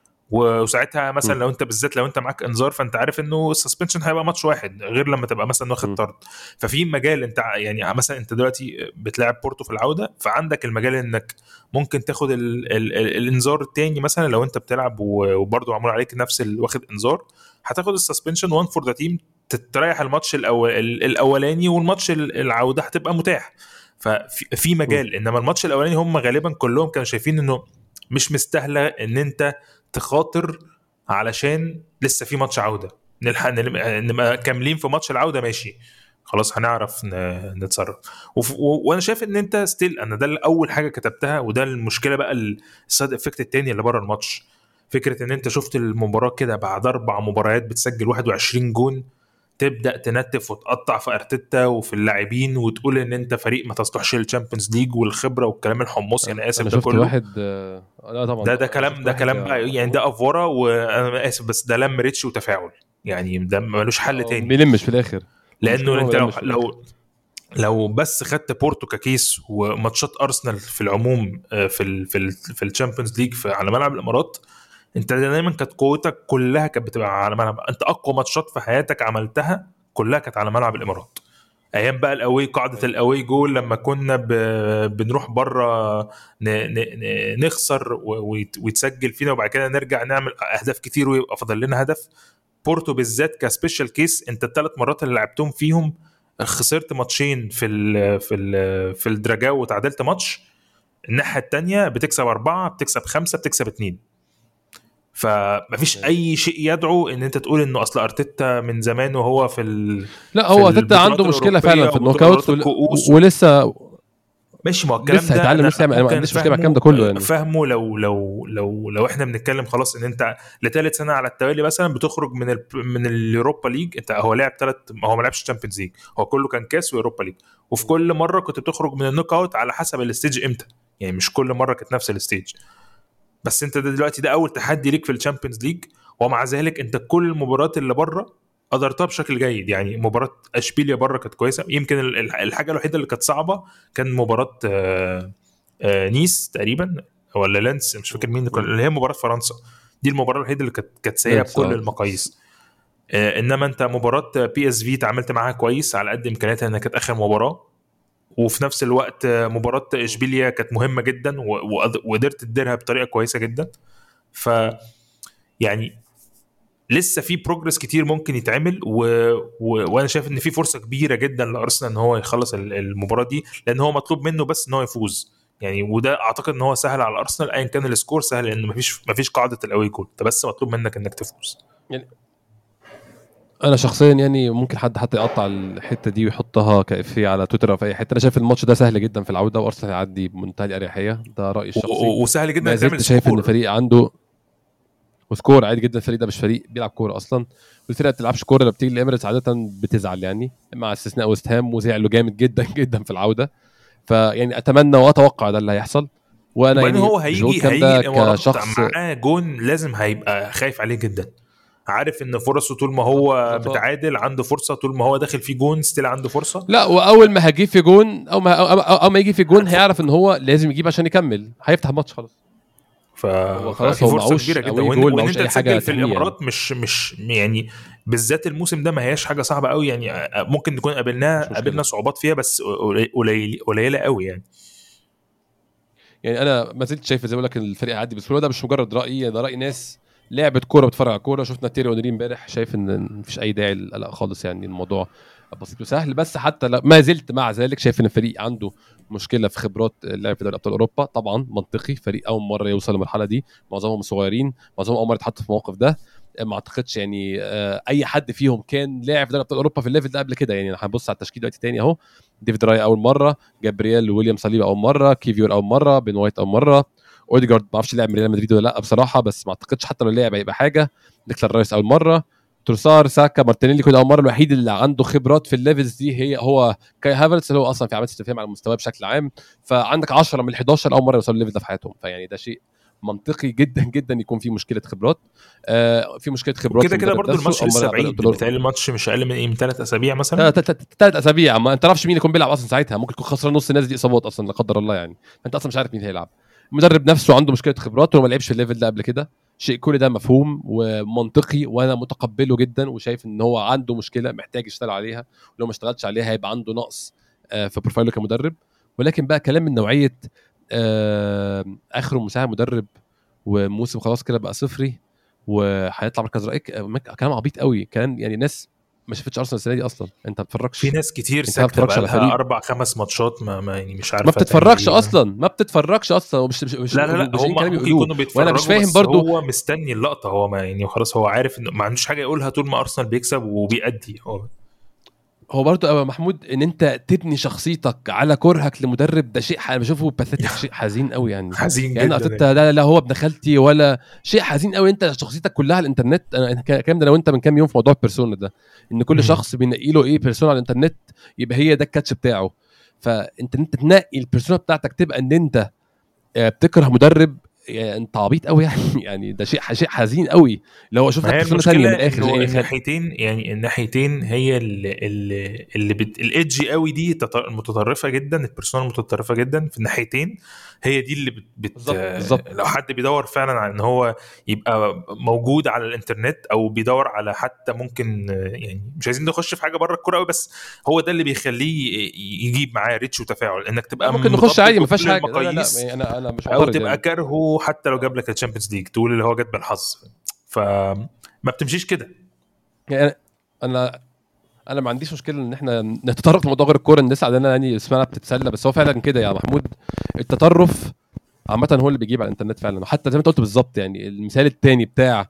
وساعتها مثلا لو انت بالذات لو انت معاك انذار، فانت عارف انه السسبنشن هيبقى ماتش واحد، غير لما تبقى مثلا واخد طرد. ففي مجال انت يعني مثلا انت دلوقتي بتلعب بورتو في العوده، فعندك المجال انك ممكن تاخد الانذار التاني مثلا لو انت بتلعب وبرضه معمول عليك نفس واخد انذار، هتاخد السسبنشن وان فور ذا تيم، تريح الماتش الاولاني، والماتش العوده هتبقى متاح. ففي مجال. انما الماتش الاولاني هم غالبا كلهم كانوا شايفين انه مش مستاهله ان انت تخاطر، علشان لسه في ماتش عوده، نلحق نبقى كاملين في ماتش العوده ماشي، خلاص هنعرف نتصرف. وانا شايف ان انت ستيل، انا ده اول حاجه كتبتها، وده المشكله بقى السايد افكت التاني اللي بره الماتش. فكره ان انت شفت المباراه كده بعد 4 مباريات بتسجل 21 جون، تبدا تنتف وتقطع في ارتيتا وفي اللاعبين، وتقول ان انت فريق ما تصلحش للتشامبيونز ليج والخبره والكلام الحمص، انا اسف انا ده شفت كله. واحد لا طبعا ده انا كلام شفت ده واحد كلام يا بقى يعني، محمود ده افوره، وانا اسف بس ده لم ريتش وتفاعل، يعني ده ملوش حل ما تاني. بيلمش في الاخر. المشكله لانه ان هو ما انت لو بيلمش في الاخر. لو لو بس خدت بورتو ككيس وماتشات ارسنال في العموم في الشامبيونز ليج على ملعب الامارات، انت دايما كانت قوتك كلها كانت بتبقى على ملعب، انت اقوى ماتشات في حياتك عملتها كلها كانت على ملعب الامارات. ايام بقى الاوي، قاعده الاوي جول لما كنا بنروح بره نخسر ويتسجل فينا، وبعد كده نرجع نعمل اهداف كتير ويبقى فاضل لنا هدف. بورتو بالذات كسبيشال كيس، انت الثلاث مرات اللي لعبتهم فيهم خسرت ماتشين في الدراجاو وتعادلت ماتش، الناحيه الثانيه بتكسب 4 بتكسب 5 بتكسب 2. فمفيش اي شيء يدعو ان انت تقول انه اصل ارتيتا من زمان وهو لا في هو تتا عنده البطولات مشكله فعلا الاوروبيه في النوك اوت وبطولات الكؤوس ولسه ماشي. ما هو الكلام لسه ده هيتعلم انا لسه، ما ممكن عنديش مشكله مع الكلام ده كله يعني. فاهمه لو احنا بنتكلم خلاص ان انت لثالث سنه على التوالي مثلا بتخرج من اليوروبا ليج. انت هو لعب هو ما لعبش تشامبيونز ليج، هو كله كان كاس ويوروبا ليج، وفي كل مره كنت بتخرج من النوك اوت على حسب الاستيج امتى، يعني مش كل مره كانت نفس الاستيج. بس انت دلوقتي ده اول تحدي ليك في الشامبيونز ليج، ومع ذلك انت كل المباريات اللي بره قدرتها بشكل جيد. يعني مباراه اشبيليا بره كانت كويسه، يمكن الحاجه الوحيده اللي كانت صعبه كان مباراه نيس تقريبا ولا لانس، مش فاكر مين اللي هي مباراه فرنسا. دي المباراه الوحيده اللي كانت سيئه بكل المقاييس. انما انت مباراه بي اس في تعاملت معاها كويس على قد امكانياتها، انها كانت اخر مباراه، وفي نفس الوقت مباراه اشبيليا كانت مهمه جدا وقدرت تديرها بطريقه كويسه جدا. ف يعني لسه في بروجرس كتير ممكن يتعمل وانا شايف ان في فرصه كبيره جدا لارسنال ان هو يخلص المباراه دي، لان هو مطلوب منه بس ان هو يفوز يعني. وده اعتقد ان هو سهل على ارسنال ايا كان السكور سهل، لان مفيش قاعده الاوي جول، انت بس مطلوب منك انك تفوز يعني. انا شخصيا يعني ممكن حد حتى يقطع الحته دي ويحطها كافيه على تويتر او في اي حته. انا شايف الماتش ده سهل جدا في العوده، وارسنال هيعدي بمنتهى الاريحيه، ده رايي الشخصي. وسهل جدا ما تعمل زلت شايف ان سكور. فريق عنده وسكور عادي جدا. الفريق ده مش فريق بيلعب كوره اصلا، والفرقه اللي بتلعبش كوره لما بتيجي الاميريتس عاده بتزعل يعني، مع استثناء ويست هام وزعلوا جامد جدا جدا في العوده. فيعني اتمنى واتوقع ده اللي هيحصل. وانا وبعدين يعني هو مش بقول هيجي الكلام ده الامارات كشخص معاه جون لازم هيبقى خايف عليه جدا، عارف ان فرصه طول ما هو بالظبط. متعادل عنده فرصه، طول ما هو داخل فيه جون ستيل عنده فرصه. لا، واول ما هجيب في جون او ما يجي في جون هيعرف ان هو لازم يجيب عشان يكمل، هيفتح الماتش خلاص. هو خلاص ففي هو فرصه كبيره معوش جدا، اوي جول، وان معوش انت اي حاجه تسجل في تحميه يعني. الامارات مش يعني بالذات الموسم ده ما هياش حاجه صعبه قوي يعني. ممكن نكون مش قابلنا مشكله صعوبات فيها بس قليله قوي يعني. يعني. انا ما زلت شايف زي ما بقول لك الفريق هيعدي بسهوله، ده مش مجرد رايي، ده راي ناس لعبت كوره بتتفرج على كوره. شفنا تيري اونري امبارح، شايف ان مفيش اي داعي للقلق خالص يعني. الموضوع بسيط وسهل. بس حتى ما زلت مع ذلك شايف ان الفريق عنده مشكله في خبرات اللعب في دوري ابطال اوروبا. طبعا منطقي، فريق اول مره يوصل للمرحله دي، معظمهم صغيرين، معظمهم اول مره يتحط في الموقف ده. ما اعتقدش يعني اي حد فيهم كان لاعب في دوري ابطال اوروبا في الليفل ده قبل كده يعني. هنبص على التشكيل دلوقتي تاني اهو: ديفيد راي اول مره، جابرييل ويليام صليبا اول مره، كيفيور اول مره، بين وايت اول مره، اوديجارد ما اعرفش لعب ريال مدريد ولا لا بصراحه، بس ما اعتقدش حتى لو لعب هيبقى حاجه. ديكلان رايس اول مره، تروسار، ساكا، مارتينيلي كل اول مره. الوحيد اللي عنده خبرات في الليفلز دي هو كاي هافرتس، اللي هو اصلا في علامات استفهام على المستوى بشكل عام. فعندك 10 من 11 اول مره يوصلوا الليفل ده في حياتهم، فيعني ده شيء منطقي جدا جدا يكون في مشكله خبرات. في مشكله خبرات في وكده كده المدرب برضو نفسه. الماتش اول مره لسه يلعب دوري بعيد، ابطال. بتهيألي الماتش مش اقل من 3 اسابيع مثلا. 3 اسابيع، ما انت تعرفش مين يكون بيلعب اصلا ساعتها. ممكن يكون خسران نص الناس دي اصابات اصلا لا قدر الله يعني، فانت اصلا مش عارف مين هيلعب. المدرب نفسه عنده مشكله خبرات وما لعبش في الليفل ده قبل كده. شيء كل ده مفهوم ومنطقي وانا متقبله جدا، وشايف ان هو عنده مشكله محتاج يشتغل عليها، ولو ما اشتغلتش عليها هيبقى عنده نقص في بروفايله كمدرب. ولكن بقى كلام من نوعيه اخره مساعد مدرب وموسم خلاص كده بقى صفري وهيطلع مركز رئيس، كلام عبيط قوي. كلام يعني ناس ما شافتش ارسنال السنه دي اصلا. انت ما في بتتفرجش، ناس كتير انت ما ساكته بتتفرجش بقى على لها فريق، 4-5 ماتشات يعني مش ما عارفه تعمل بتتفرجش ايه. اصلا، ما بتتفرجش اصلا، لا مش لاقيين هم كلام ممكن يقولوه. يكونوا وانا مش بيتفرجوا فاهم بس برضو. هو مستني اللقطه، هو ما يعني خلاص هو عارف انه ما عندوش حاجه يقولها طول ما ارسنال بيكسب وبيأدي هو برضو يا محمود ان انت تبني شخصيتك على كرهك لمدرب، ده شيء انا بشوفه باثيتك، شيء حزين قوي يعني. حزين يعني جدا ارتيتا لا هو ابن خالتي ولا شيء حزين قوي. انت شخصيتك كلها على الانترنت. انا الكلام ده لو انت من كام يوم في موضوع البيرسونا ده، ان كل مم. شخص بينقي له ايه بيرسونا على الانترنت يبقى هي ده الكاتش بتاعه. انت تنقي البيرسونا بتاعتك تبقى ان انت بتكره مدرب، يعني انت عبيط قوي يعني. يعني ده شيء حزين قوي. لو اشوف ما لك هي بيرسونا ثانيه المشكله من الاخر انه يعني الناحيتين، يعني الناحيتين هي اللي الايدجي قوي دي متطرفه جدا، البيرسونال متطرفه جدا في الناحيتين. هي دي اللي بالظبط. لو حد بيدور فعلا على ان هو يبقى موجود على الانترنت او بيدور على حتى ممكن يعني مش عايزين نخش في حاجه بره الكوره قوي، بس هو ده اللي بيخليه يجيب معاه ريتش وتفاعل، انك لا تبقى ممكن نخش عادي، مطبق ما فيهاش بكل حاجه. لا المقاييس، يعني انا مش او معترض تبقى يعني. كارهه حتى لو جاب لك الشامبيونز ليج تقول اللي هو جت بالحظ. فما بتمشيش كده. يعني انا انا ما عنديش مشكله ان احنا نتطرق لموضوع غير الكوره، الناس عندنا يعني اسمها بتتسلى، بس هو فعلا كده يا محمود. التطرف عامه هو اللي بيجيب على الانترنت فعلا. وحتى زي ما انت قلت بالظبط يعني، المثال الثاني بتاع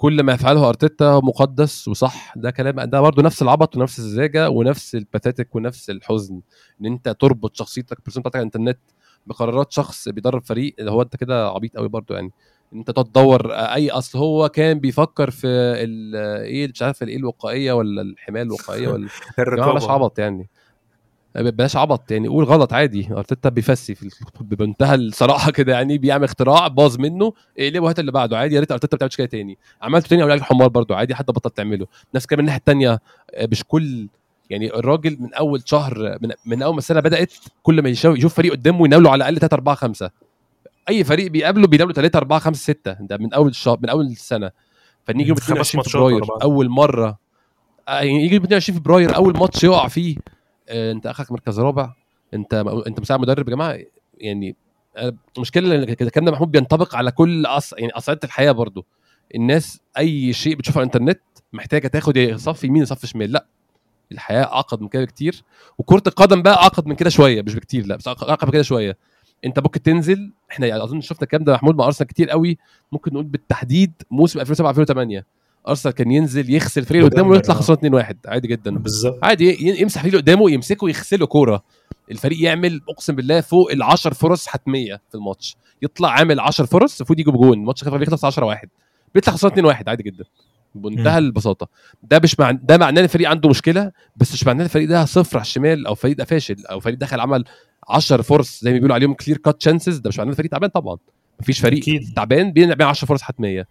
كل ما يفعله ارتيتا مقدس وصح. ده كلام، ده برضه نفس العبط ونفس السذاجه ونفس الباثيتك ونفس الحزن، ان انت تربط شخصيتك البرسون بتاعتك على الانترنت بقرارات شخص بيدرب فريق. اللي هو انت كده عبيط قوي برضه يعني. انت تدور اي اصل هو كان بيفكر في ايه مش عارف ايه الوقائيه ولا الحمايه الوقائيه ولا جماعه بلاش الرقابه. عبط يعني. بلاش عبط يعني. قول غلط عادي. ارتيتا بيفسي بمنتهى الصراحه كده يعني. بيعمل اختراع باظ منه اقلبه هات اللي بعده عادي. يا ريت ارتيتا ما بتعملش كده تاني. عملته تاني اقول لك الحمار برضو عادي حتى بطل تعمله. نفس كمان الناحيه الثانيه. مش كل يعني الراجل من اول شهر من اول ما السنه بدات كل ما يشوف فريق قدامه يناوله على الاقل 3 4 5. اي فريق بيقابله بيناوله 3 4 5 6 ده من اول الشهر من اول السنه. فنيجي يوم 5 22 ماتشات ورا فبراير بعض. اول مره. يجي 22 فبراير اول ماتش يقع فيه. انت اخرك مركز رابع. انت مساعد مدرب يا جماعه يعني. المشكله ان الكلام ده محمود بينطبق على كل يعني اصعده الحياه برضو. الناس اي شيء بتشوفه على الانترنت محتاجه تاخد صف يمين صف شمال. لا الحياه اعقد من كده بكتير. وكره القدم بقى اعقد من كده شويه مش بكتير لا بس اعقد من كده شويه. انت ممكن تنزل احنا يعني اظن شفنا الكلام ده محمود مع ارسنال كتير قوي. ممكن نقول بالتحديد موسم 2007 2008 ارسنال كان ينزل يغسل الفريق اللي قدامه ويطلع خسران 2-1 عادي جدا. بالظبط. عادي يمسح الفريق اللي قدامه يمسكه يغسله كوره. الفريق يعمل اقسم بالله فوق ال10 فرص حتميه في الماتش. يطلع عامل 10 فرص المفروض يجيب جون. الماتش يخلص 10-1 بيطلع خسران 2-1 عادي جدا بمنتهى البساطه. ده مش ده معناه ان الفريق عنده مشكله. بس مش معناه ان الفريق ده صفر على الشمال او فريق ده فاشل او فريق دخل عمل 10 فرص زي ما بيقولوا عليهم كلير كات تشانسز. ده مش معناه الفريق تعبان طبعا. مفيش فريق أكيد. تعبان بيعمل 10 فرص حتميه.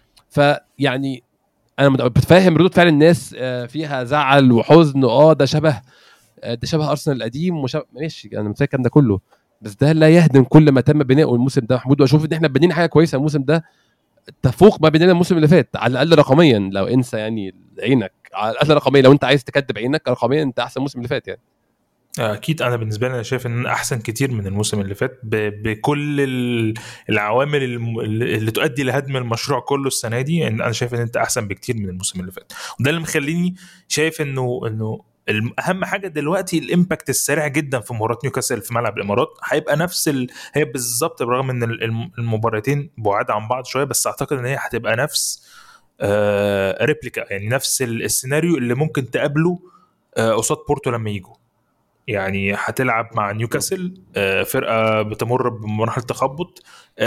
فيعني انا بتفهم ردود فعل الناس فيها زعل وحزن. ده شبه ده شبه ارسنال القديم ماشي انا متفاهم الكلام ده كله. بس ده لا يهدم كل ما تم بناؤه الموسم ده محمود. واشوف ان احنا بنينا حاجه كويسه الموسم ده تفوق ما بيننا الموسم اللي فات على الاقل رقميا. لو انسى يعني عينك على الاقل رقميا لو انت عايز تكدب عينك رقميا انت احسن موسم اللي فات يعني. اكيد. انا بالنسبه لي انا شايف ان احسن كتير من الموسم اللي فات بكل العوامل اللي تؤدي لهدم المشروع كله السنه دي. ان انا شايف ان انت احسن بكتير من الموسم اللي فات. وده اللي مخليني شايف انه اهم حاجه دلوقتي الامباكت السريع جدا في مباراه نيوكاسل في ملعب الامارات. هيبقى نفس هي بالظبط برغم ان المباراتين بعاد عن بعض شويه بس اعتقد ان هي هتبقى نفس ريبليكا يعني نفس السيناريو اللي ممكن تقابله قصاد بورتو لما يجوا. يعني هتلعب مع نيوكاسل فرقة بتمر بمرحلة تخبط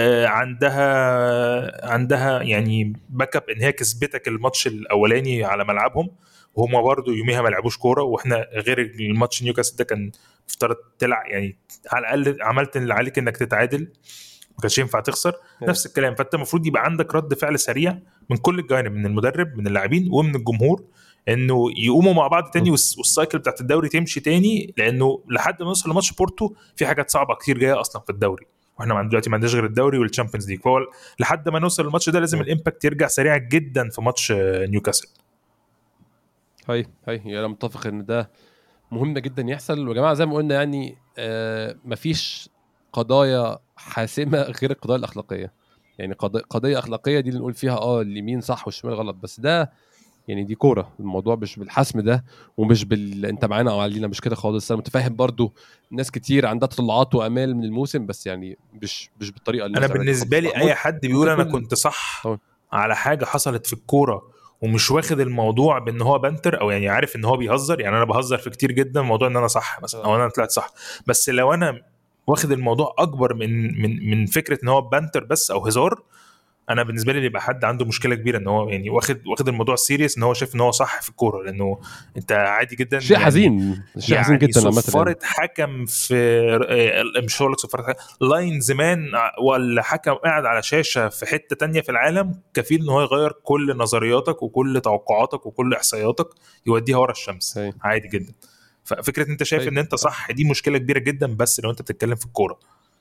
عندها يعني باك اب ان هي كسبتك الماتش الاولاني على ملعبهم وهما برضو يوميها ما لعبوش كوره. واحنا غير الماتش نيوكاسل ده كان مفترض تلعب يعني على الاقل عملت اللي عليك انك تتعادل ما كانش ينفع تخسر. نفس الكلام. فانت المفروض يبقى عندك رد فعل سريع من كل الجوانب من المدرب من اللاعبين ومن الجمهور انه يقوموا مع بعض تاني والسايكل بتاعت الدوري تمشي تاني. لانه لحد ما نوصل لماتش بورتو في حاجات صعبه كتير جايه اصلا في الدوري واحنا دلوقتي ما عندناش غير الدوري والتشامبيونز ليج. فهو لحد ما نوصل للماتش ده لازم الامباكت يرجع سريع جدا في ماتش نيوكاسل. هاي يعني انا متفق ان ده مهم جدا يحصل. ويا جماعه زي ما قلنا يعني مفيش قضايا حاسمه غير القضايا الاخلاقيه. يعني قضيه اخلاقيه دي اللي نقول فيها اليمين صح والشمال غلط. بس ده يعني دي كوره. الموضوع مش بالحسم ده ومش انت معانا او علينا مش كده خالص. انا متفاهم برضو ناس كتير عندها تطلعات وامال من الموسم بس يعني مش بالطريقه اللي انا الناس عملتها بالنسبه خالص. لي اي حد بيقول انا كنت صح طبعا. على حاجه حصلت في الكوره ومش واخد الموضوع بان هو بنتر او يعني عارف ان هو بيهزر. يعني انا بهزر في كتير جدا موضوع ان انا صح مثلا او انا طلعت صح. بس لو انا واخد الموضوع اكبر من فكره ان هو بنتر بس او هزار انا بالنسبه لي يبقى حد عنده مشكله كبيره ان هو يعني واخد الموضوع سيريس ان هو شايف ان هو صح في الكوره. لانه انت عادي جدا شيء حزين شيء حزين جدا لما صفاره حكم في مش هقول لك صفاره لاين زمان ولا حكم قاعد على شاشه في حته تانية في العالم كفيل ان هو يغير كل نظرياتك وكل توقعاتك وكل احصائياتك يوديها ورا الشمس. عادي جدا. ففكره انت شايف ان انت صح دي مشكله كبيره جدا بس لو انت بتتكلم في الكوره.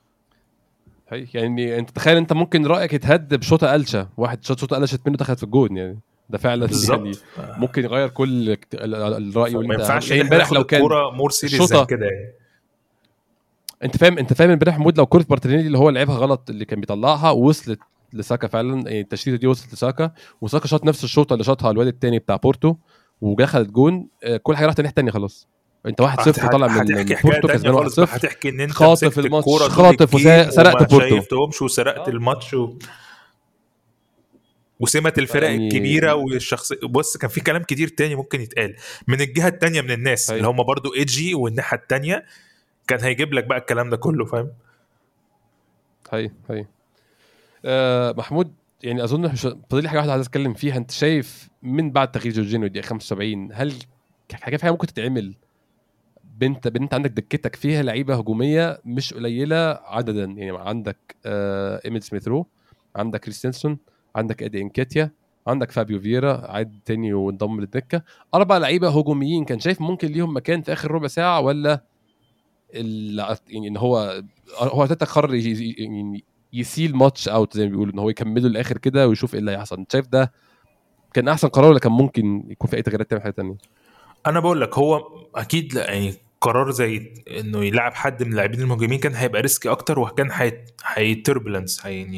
يعني انت تخيل انت ممكن رايك يتهد بشوطه قلشه واحد شوطه قلشت منه دخلت في الجون يعني. ده فعلا يعني ممكن يغير كل الراي. ما ينفعش يعني امبارح لو كان الكوره مور سيريس زي كده يعني. انت فاهم امبارح مود لو كره مارتينيلي اللي هو لعبها غلط اللي كان بيطلعها وصلت لساكا فعلا. يعني التشتيته دي وصلت لساكا وساكا شاط نفس الشوطه اللي شاطها الواد الثاني بتاع بورتو ودخلت جون. كل حاجه راحت الناحيه الثانيه خلاص. انت 1-0 طالع من بورتو كسبان 1-0. هتحكي ان انت خاطف الماتش خاطف وسرقت بورتو شايفتهمش وسرقت الماتش وسمة الفرق يعني الكبيرة والشخص. بص كان في كلام كتير تاني ممكن يتقال من الجهة التانية من الناس اللي هي هم برضو ايجي، والناحية التانية كان هيجيب لك بقى الكلام ده كله، فاهم؟ هي محمود، يعني اظن فاضل لي حاجه واحده عايز اتكلم فيها. انت شايف من بعد تغيير جورجينيو دي 75، هل في حاجه ممكن تتعمل بنت عندك دكتك فيها لعيبه هجوميه مش قليله عددا؟ يعني عندك ايميل سميث رو، عندك كريستنسون، عندك ادي انكيتيا، عندك فابيو فييرا عاد تاني وانضم للدكه. 4 لعيبه هجوميين كان شايف ممكن ليهم مكان في اخر ربع ساعه، ولا يعني ان هو تاتا قرر يعني يسيل ماتش اوت زي ما بيقولوا، ان هو يكمله الاخر كده ويشوف ايه اللي هيحصل؟ انت شايف ده كان احسن قرار، ولا كان ممكن يكون في اي تغييرات تعمل حاجه ثانيه؟ انا بقول لك هو اكيد لا، يعني قرار زي انه يلعب حد من اللاعبين المهاجمين كان هيبقى ريسكي اكتر، وكان هي تربلنس، يعني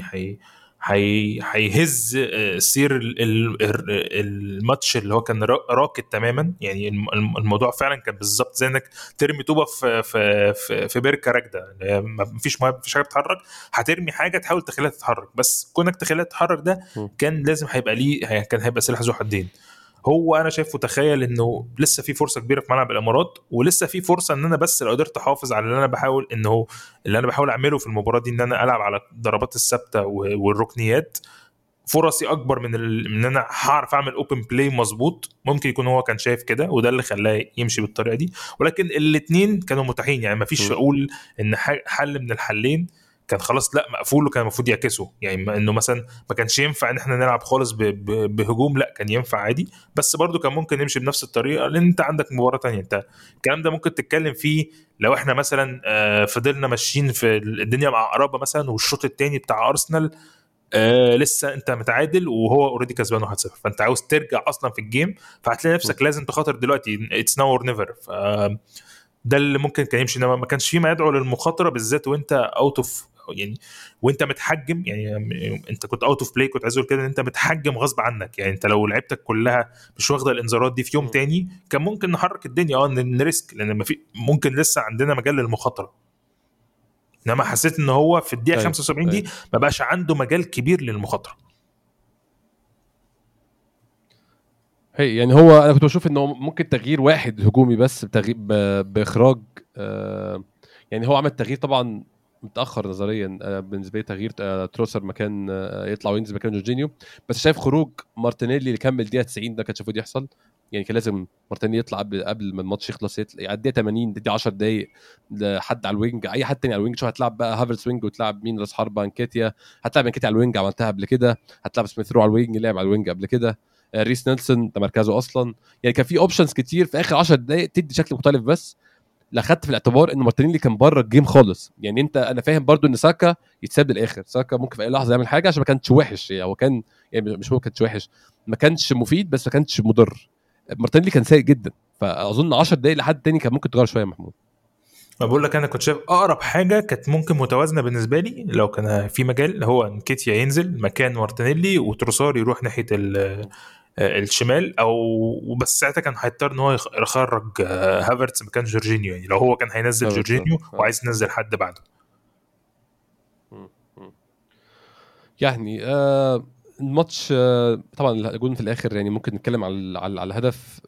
هيهز سير الماتش اللي هو كان راكد تماما. يعني الموضوع فعلا كان بالظبط زي انك ترمي طوبه في بركه راكده، ما فيش حاجه بتتحرك، هترمي حاجه تحاول تخليها تتحرك، بس كونك تخليها تتحرك ده كان لازم هيبقى ليه، كان هيبقى سلاح ذو حدين. هو انا شايفه تخيل انه لسه في فرصه كبيره في ملعب الامارات، ولسه في فرصه ان انا بس لو قدرت احافظ على اللي انا بحاول انه اللي انا بحاول اعمله في المباراه دي، ان انا العب على الضربات الثابته والركنيات، فرصي اكبر من ان انا هعرف اعمل اوبن بلاي مظبوط. ممكن يكون هو كان شايف كده وده اللي خلاه يمشي بالطريقه دي، ولكن الاثنين كانوا متاحين. يعني ما فيش اقول ان حل من الحلين كان خلاص لا مقفول وكان المفروض يعكسه. يعني انه مثلا ما كانش ينفع ان احنا نلعب خالص بهجوم، لا كان ينفع عادي، بس برضو كان ممكن نمشي بنفس الطريقه، لان انت عندك مباراه تانية. انت الكلام ده ممكن تتكلم فيه لو احنا مثلا فضلنا ماشيين في الدنيا مع قرابه مثلا، والشوط الثاني بتاع ارسنال لسه انت متعادل وهو اوريدي كسبان 1-0، فانت عاوز ترجع اصلا في الجيم، فهتلاقي نفسك لازم تخاطر دلوقتي، اتس ناو اور نيفر. ده اللي ممكن كان يمشي، انما ما كانش فيه ما يدعو للمخاطره بالذات وانت اوت اوف، يعني وانت متحجم. يعني انت كنت اوت اوف بلاي، كنت عايز اقول كده ان انت متحجم غصب عنك. يعني انت لو لعبتك كلها مش واخده الانذارات دي في يوم تاني كان ممكن نحرك الدنيا، نريسك، لان ما في ممكن لسه عندنا مجال للمخاطره. انما حسيت ان هو في الدقيقه ايوه 75 دي ايوه ما بقاش عنده مجال كبير للمخاطره. هي يعني هو انا كنت بشوف انه ممكن تغيير واحد هجومي بس، بتغيير باخراج يعني هو عمل تغيير طبعا متاخر نظريا بالنسبه لي، تغيير تروسر مكان يطلع وينزل مكان جورجينيو. بس شايف خروج مارتينيلي اللي كمل دقيقه 90 ده كان المفروض يحصل. يعني كان لازم مارتينيلي يطلع قبل ما الماتش يخلص، يعدي 80 دي 10 دقائق لحد على الوينج، اي حد تاني على الوينج. شو هتلعب بقى هافرتس وينج وتلعب مين راس حربه؟ انكيتيا. هتلعب انكيتيا على الوينج، عملتها قبل كده. هتلعب سميث رو على الوينج، لعب على الوينج قبل كده. ريس نيلسون ده مركزه اصلا. يعني كان في اوبشنز كتير في اخر 10 دقائق تدي شكل مختلف، بس لا خدت في الاعتبار ان مارتينيلي كان بره الجيم خالص. يعني انا فاهم برضو ان ساكا يتساب للاخر، ساكا ممكن في اي لحظه يعمل حاجه عشان ما كانش وحش. يعني هو كان، يعني مش هو كانش وحش، ما كانش مفيد بس ما كانش مضر. مارتينيلي كان سيء جدا، فاظن 10 دقائق لحد تاني كان ممكن تغير شويه محمود. ما بقول لك انا كنت شايف اقرب حاجه كانت ممكن متوازنه بالنسبه لي لو كان في مجال، هو انكيتيا ينزل مكان مارتينيلي وتروسار يروح ناحيه الشمال، او بس ساعتها كان هيضطر ان هو يخرج هافرتس مكان جورجينيو. يعني لو هو كان هينزل جورجينيو وعايز ينزل حد بعده. يعني الماتش طبعا الجون في الاخر، يعني ممكن نتكلم على الهدف.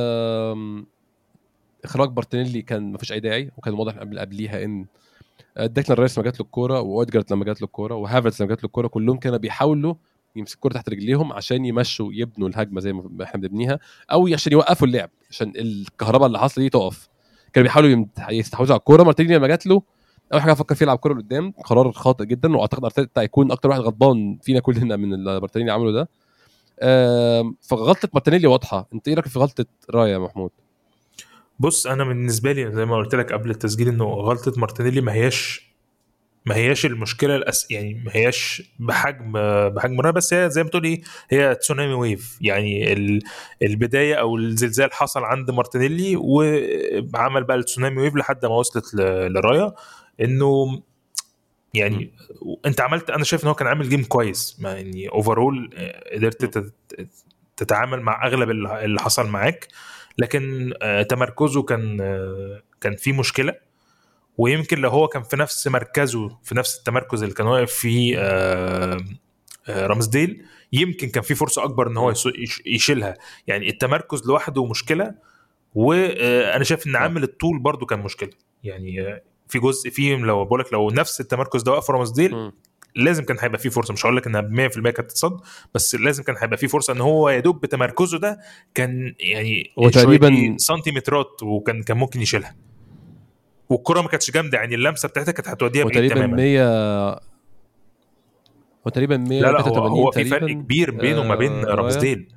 اخراج مارتينيلي كان ما فيش اي داعي، وكان واضح قبليها ان ديكلان رايس لما جات له الكوره، واودجارد لما جات له الكوره، وهافرتز لما جات له الكوره، كلهم كانوا بيحاولوا يمسكوا الكوره تحت رجليهم عشان يمشوا يبنوا الهجمه زي ما احنا بنبنيها، او عشان يوقفوا اللعب عشان الكهرباء اللي حاصله دي تقف. كانوا بيحاولوا يستحوذوا على الكوره. مارتينيلي لما جات له اول حاجه فكر فيه يلعب كوره لقدام، قرار خاطئ جدا، واعتقد ارتيتا هيكون اكتر واحد غضبان فينا كلنا من اللي مارتينيلي عمله ده. فغلطه مارتينيلي واضحه. انت ايه رايك في غلطه رايا يا محمود؟ بص انا بالنسبه لي زي ما قلت لك قبل التسجيل انه غلطه مارتينيلي ما هياش المشكله يعني ما هياش بحجم رأي، بس هي زي ما تقول ايه، هي تسونامي ويف. يعني البدايه او الزلزال حصل عند مارتينيلي وعمل بقى التسونامي ويف لحد ما وصلت لرايا. انه يعني انت عملت، انا شايف ان هو كان عامل جيم كويس، ما يعني اوفرول قدرت تتعامل مع اغلب اللي حصل معاك، لكن تمركزه كان فيه مشكله. ويمكن لو هو كان في نفس مركزه، في نفس التمركز اللي كان واقف فيه رامسديل يمكن كان في فرصه اكبر ان هو يشيلها. يعني التمركز لوحده مشكله، وانا شايف ان عامل الطول برضو كان مشكله. يعني في جزء فيهم لو بقولك لو نفس التمركز ده واقف رامسديل لازم كان هيبقى فيه فرصه. مش هقول لك انها 100% كانت تتصد، بس لازم كان هيبقى فيه فرصه ان هو يا دوب بتمركزه ده كان يعني تقريبا سنتيمترات وكان ممكن يشيلها، والكره ما كانتش جامده. يعني اللمسه بتاعتها كانت هتوديها بعيد تقريبا تماما. 100 وتقريبا لا لا، 183 هو في فرق تقريبا. كبير بينه وما بين راية رامسديل.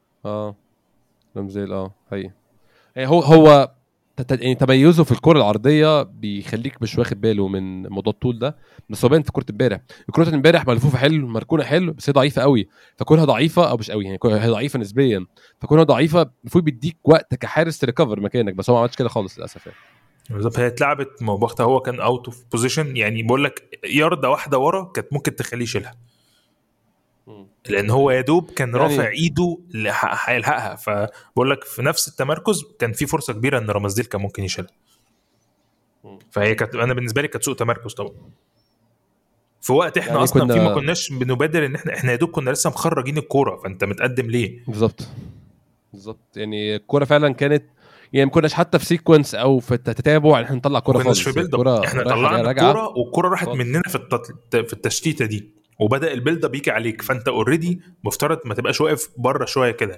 رمزيل هي هو يعني تميزه في الكره العرضيه بيخليك مش واخد باله من موضوع الطول ده. بس هو باين في كره امبارح، الكره امبارح ملفوفه حلو، مركونه حلو، بس هي ضعيفه قوي. فكونها ضعيفه او مش قوي، يعني هي ضعيفه نسبيا، فكونها ضعيفه المفروض بيديك وقت كحارس تريكفر مكانك، بس هو ما عملش كده خالص للاسف يعني. بالظبط، هي اتلعبت وقتها هو كان اوت اوف بوزيشن. يعني بقول لك يارده واحده ورا كانت ممكن تخليه يشيلها، لان هو يا دوب كان يعني رافع ايده هيلحقها. فبقول لك في نفس التمركز كان في فرصه كبيره ان رامسديل كان ممكن يشيلها. فهي كانت، انا بالنسبه لي كانت سوء تمركز طبعا في وقت احنا يعني اصلا فيه ما كنا كناش بنبادر ان احنا يا دوب كنا لسه مخرجين الكوره، فانت متقدم ليه؟ بالظبط يعني الكوره فعلا كانت، يعني ما كناش حتى في سيكونس او في التتابع ان احنا نطلع ما كوره كناش في خالص. هي بيلد اب، الكوره احنا رايحه جايه طلعنا راجعه الكوره والكوره راحت خالص. مننا في التشتيته دي، وبدا البيلد اب يجي عليك. فانت اوريدي مفترض ما تبقاش واقف بره شويه كده.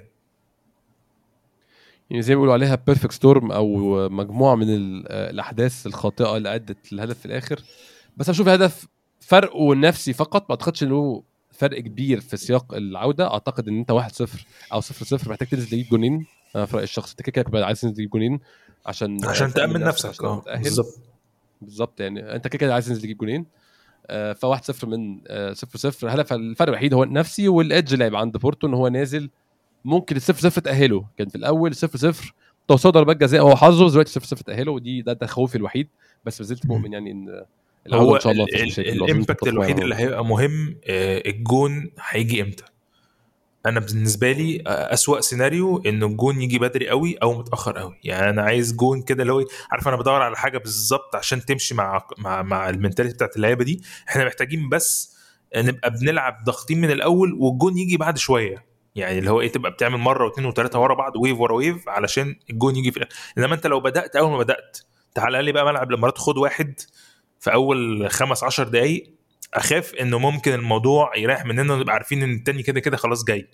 يعني زي ما بيقولوا عليها بيرفكت ستورم، او مجموعه من الاحداث الخاطئه اللي ادت للهدف في الاخر. بس اشوف هدف فرقه نفسي فقط، ما اعتقدش انه فرق كبير في سياق العوده. اعتقد ان انت 1-0 او 0-0 محتاج تنزل تجيب جونين. في رايي الشخصي انت كده كده عايز تنزل تجيب جونين عشان تامن نفسك نفسك، عشان تبقى متاهل. بالظبط. بالظبط يعني انت كده كده عايز تنزل تجيب جونين. ف1-0 من 0-0 هدف. الفرق الوحيد هو نفسي، والادج اللي هيبقى عند بورتو ان هو نازل ممكن ال0-0 تاهله. كان في الاول 0-0 توصل ضربات جزاء، هو حظه. دلوقتي 0-0 تاهله، ودي ده خوفي الوحيد. بس ما زلت مؤمن يعني ان العوده هو ان شاء الله مفيش مشاكل. الامباكت الوحيد اللي هيبقى مهم الجون هيجي امتى. انا بالنسبه لي اسوأ سيناريو انه الجون يجي بدري قوي او متاخر قوي. يعني انا عايز جون كده اللي هو عارف، انا بدور على حاجه بالظبط عشان تمشي مع المنتاليتي بتاعت اللعيبه دي. احنا محتاجين بس نبقى بنلعب ضاغطين من الاول والجون يجي بعد شويه. يعني اللي هو تبقى بتعمل مره واثنين وثلاثه ورا بعض، ويف ورا ويف، علشان الجون يجي في الآخر. انما انت لو بدات اول ما بدات تعال لي بقى ملعب الامارات خد واحد في اول 15 دقايق، اخاف انه ممكن الموضوع يريح مننا ونبقى عارفين ان التاني كده كده خلاص جاي.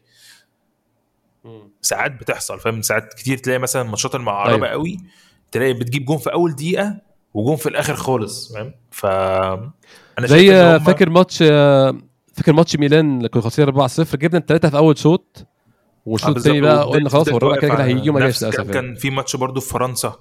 ساعات بتحصل، فاهم؟ ساعات كتير تلاقي مثلا ماتشات المعربه قوي تلاقي بتجيب جون في اول دقيقه وجون في الاخر خالص، فاهم؟ انا شايف ان زي هم فاكر ماتش ميلان اللي كنا خاسرين 4-0، جبنا الثلاثه في اول شوط، والشوط الثاني بالظبط. بقى قلنا خلاص هو الرابع كده كده هيجي وما جاش للاسف. كان في ماتش برضو في فرنسا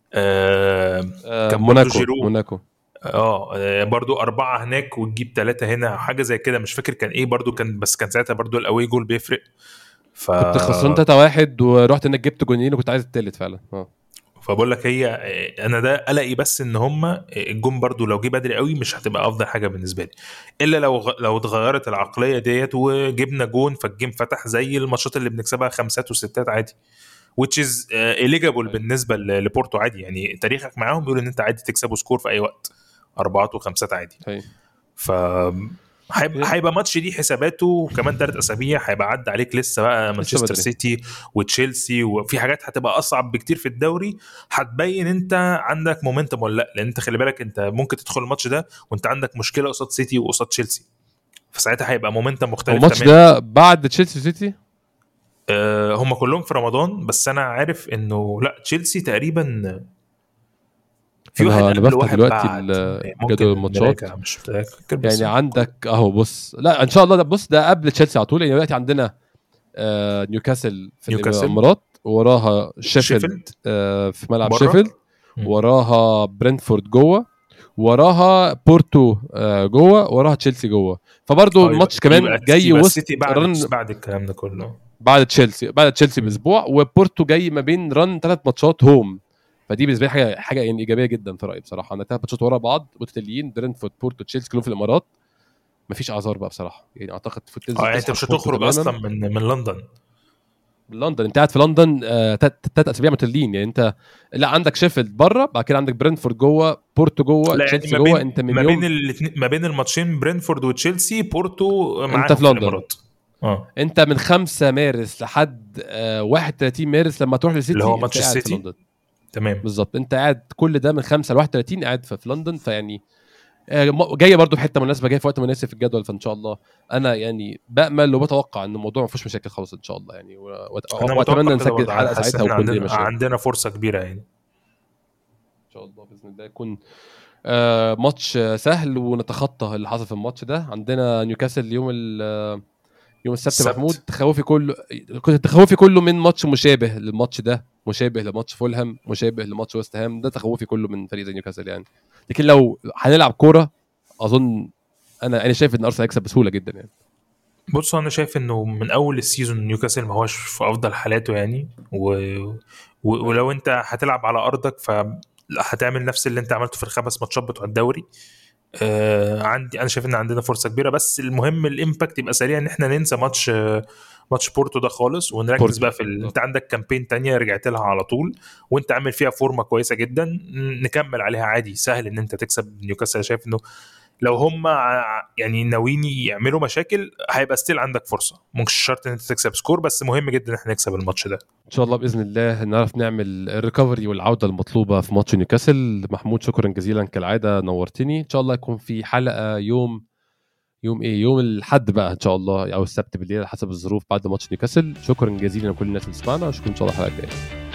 كان برضو موناكو برضو 4 هناك وتجيب 3 هنا، حاجه زي كده مش فاكر كان برضو كان، بس كان ساعتها برضو الاوي جول بيفرق. كنت خسران 3-1 ورحت انك جبت جونين وكنت عايز الثالث فعلا. فبقول لك هي انا ده قلقي، بس ان هم الجون برضو لو جه بدري قوي مش هتبقى افضل حاجه بالنسبه لي، الا لو اتغيرت العقليه ديت وجبنا جون فالجيم فتح زي الماتشات اللي بنكسبها 5 و6 عادي، which is eligible بالنسبه لبورتو عادي. يعني تاريخك معاهم بيقول ان انت عادي تكسبوا سكور في اي وقت 4 و5 عادي. ف هيبقى ماتش دي حساباته كمان 3 أسابيع، هيبقى عدى عليك لسه بقى مانشستر سيتي وتشيلسي، وفي حاجات هتبقى اصعب بكتير في الدوري، هتبين انت عندك مومنتم ولا لا. لان انت خلي بالك انت ممكن تدخل الماتش ده وانت عندك مشكله قصاد سيتي وقصاد تشيلسي، فساعتها هيبقى مومنتم مختلف تماما. الماتش ده بعد تشيلسي سيتي هم كلهم في رمضان، بس انا عارف انه لا تشيلسي تقريبا في واحد قبل واحد بعد. جدول الماتشات مش متذكر يعني عندك اهو. بص لا ان شاء الله ده، بص ده قبل تشيلسي على طول. يعني دلوقتي عندنا نيوكاسل في الامارات، وراها شيفيلد في ملعب شيفيلد، وراها برنتفورد جوه، وراها بورتو جوه، وراها تشيلسي جوه. فبرضه الماتش كمان جاي وسط بعد الكلام ده كله، بعد تشيلسي باسبوع، وبورتو جاي ما بين رن 3 ماتشات هوم. فدي بالنسبه لي حاجه يعني ايجابيه جدا في رايي بصراحه. عندك 3 ماتشات ورا بعض متتاليين، برنتفورد بورتو تشيلسي كلهم في الامارات. مفيش اعذار بقى بصراحه. يعني اعتقد انت مش هتخرج اصلا من لندن. لندن، انت قاعد في لندن 3 اسابيع متلين يعني. انت لا عندك شيفيلد بره، بعد كده عندك برينفورد جوه، بورتو جوه، لا يعني تشيلسي جوه. انت من يوم ما بين الماتشين برينفورد وتشيلسي بورتو انت معاهم في في لندن. الامارات. انت من 5 مارس لحد 31 مارس لما تروح اللي هو للسيتي انت ماتش قاعد في السيتي. لندن. تمام. بالظبط، انت قاعد كل ده من 5 ل 31 قاعد في لندن. فيعني جايه برضو في حته مناسبه، جايه في وقت مناسب في الجدول. فان شاء الله انا يعني بامل وبتوقع ان الموضوع ما فيهوش مشاكل خالص ان شاء الله يعني. انا واتمنى متوقع كده نسجل برضه، انا الحلقه حاسس ان ساعتها احنا وكل دي ماشيه ان عندنا فرصه كبيره يعني. شاء الله باذن الله يكون ماتش سهل ونتخطى اللي حصل في الماتش ده. عندنا نيوكاسل يوم السبت. محمود السبت. تخوفي كله من ماتش مشابه للماتش ده، مشابه لماتش فولهام، مشابه لماتش ويست هام. ده تخوفي كله من فريق زي نيوكاسل يعني. لكن لو هنلعب كوره اظن انا شايف ان ارسنال هيكسب بسهوله جدا يعني. بص انا شايف انه من اول السيزون نيوكاسل ما هوش في افضل حالاته يعني ولو انت هتلعب على ارضك هتعمل نفس اللي انت عملته في ال5 ماتشات بتوع الدوري. انا شايف ان عندنا فرصه كبيره، بس المهم الامباكت يبقى سريع، ان احنا ننسى ماتش بورتو ده خالص، ونركز بورتو بقى انت عندك كامبين تانية رجعت لها على طول، وانت عامل فيها فورمه كويسه جدا، نكمل عليها عادي. سهل ان انت تكسب نيوكاسل. شايف انه لو هم يعني ناويين يعملوا مشاكل هيبقى ستيل عندك فرصه، مش شرط ان انت تكسب سكور، بس مهم جدا ان احنا نكسب الماتش ده ان شاء الله باذن الله نعرف نعمل الريكفري والعوده المطلوبه في ماتش نيوكاسل. محمود شكرا جزيلا كالعاده، نورتني. ان شاء الله يكون في حلقه يوم يوم الاحد بقى ان شاء الله، او السبت بالليل حسب الظروف بعد ماتش نيوكاسل. شكرا جزيلا لكل الناس اللي سمعنا، واشوفكم ان شاء الله الحلقه الجايه.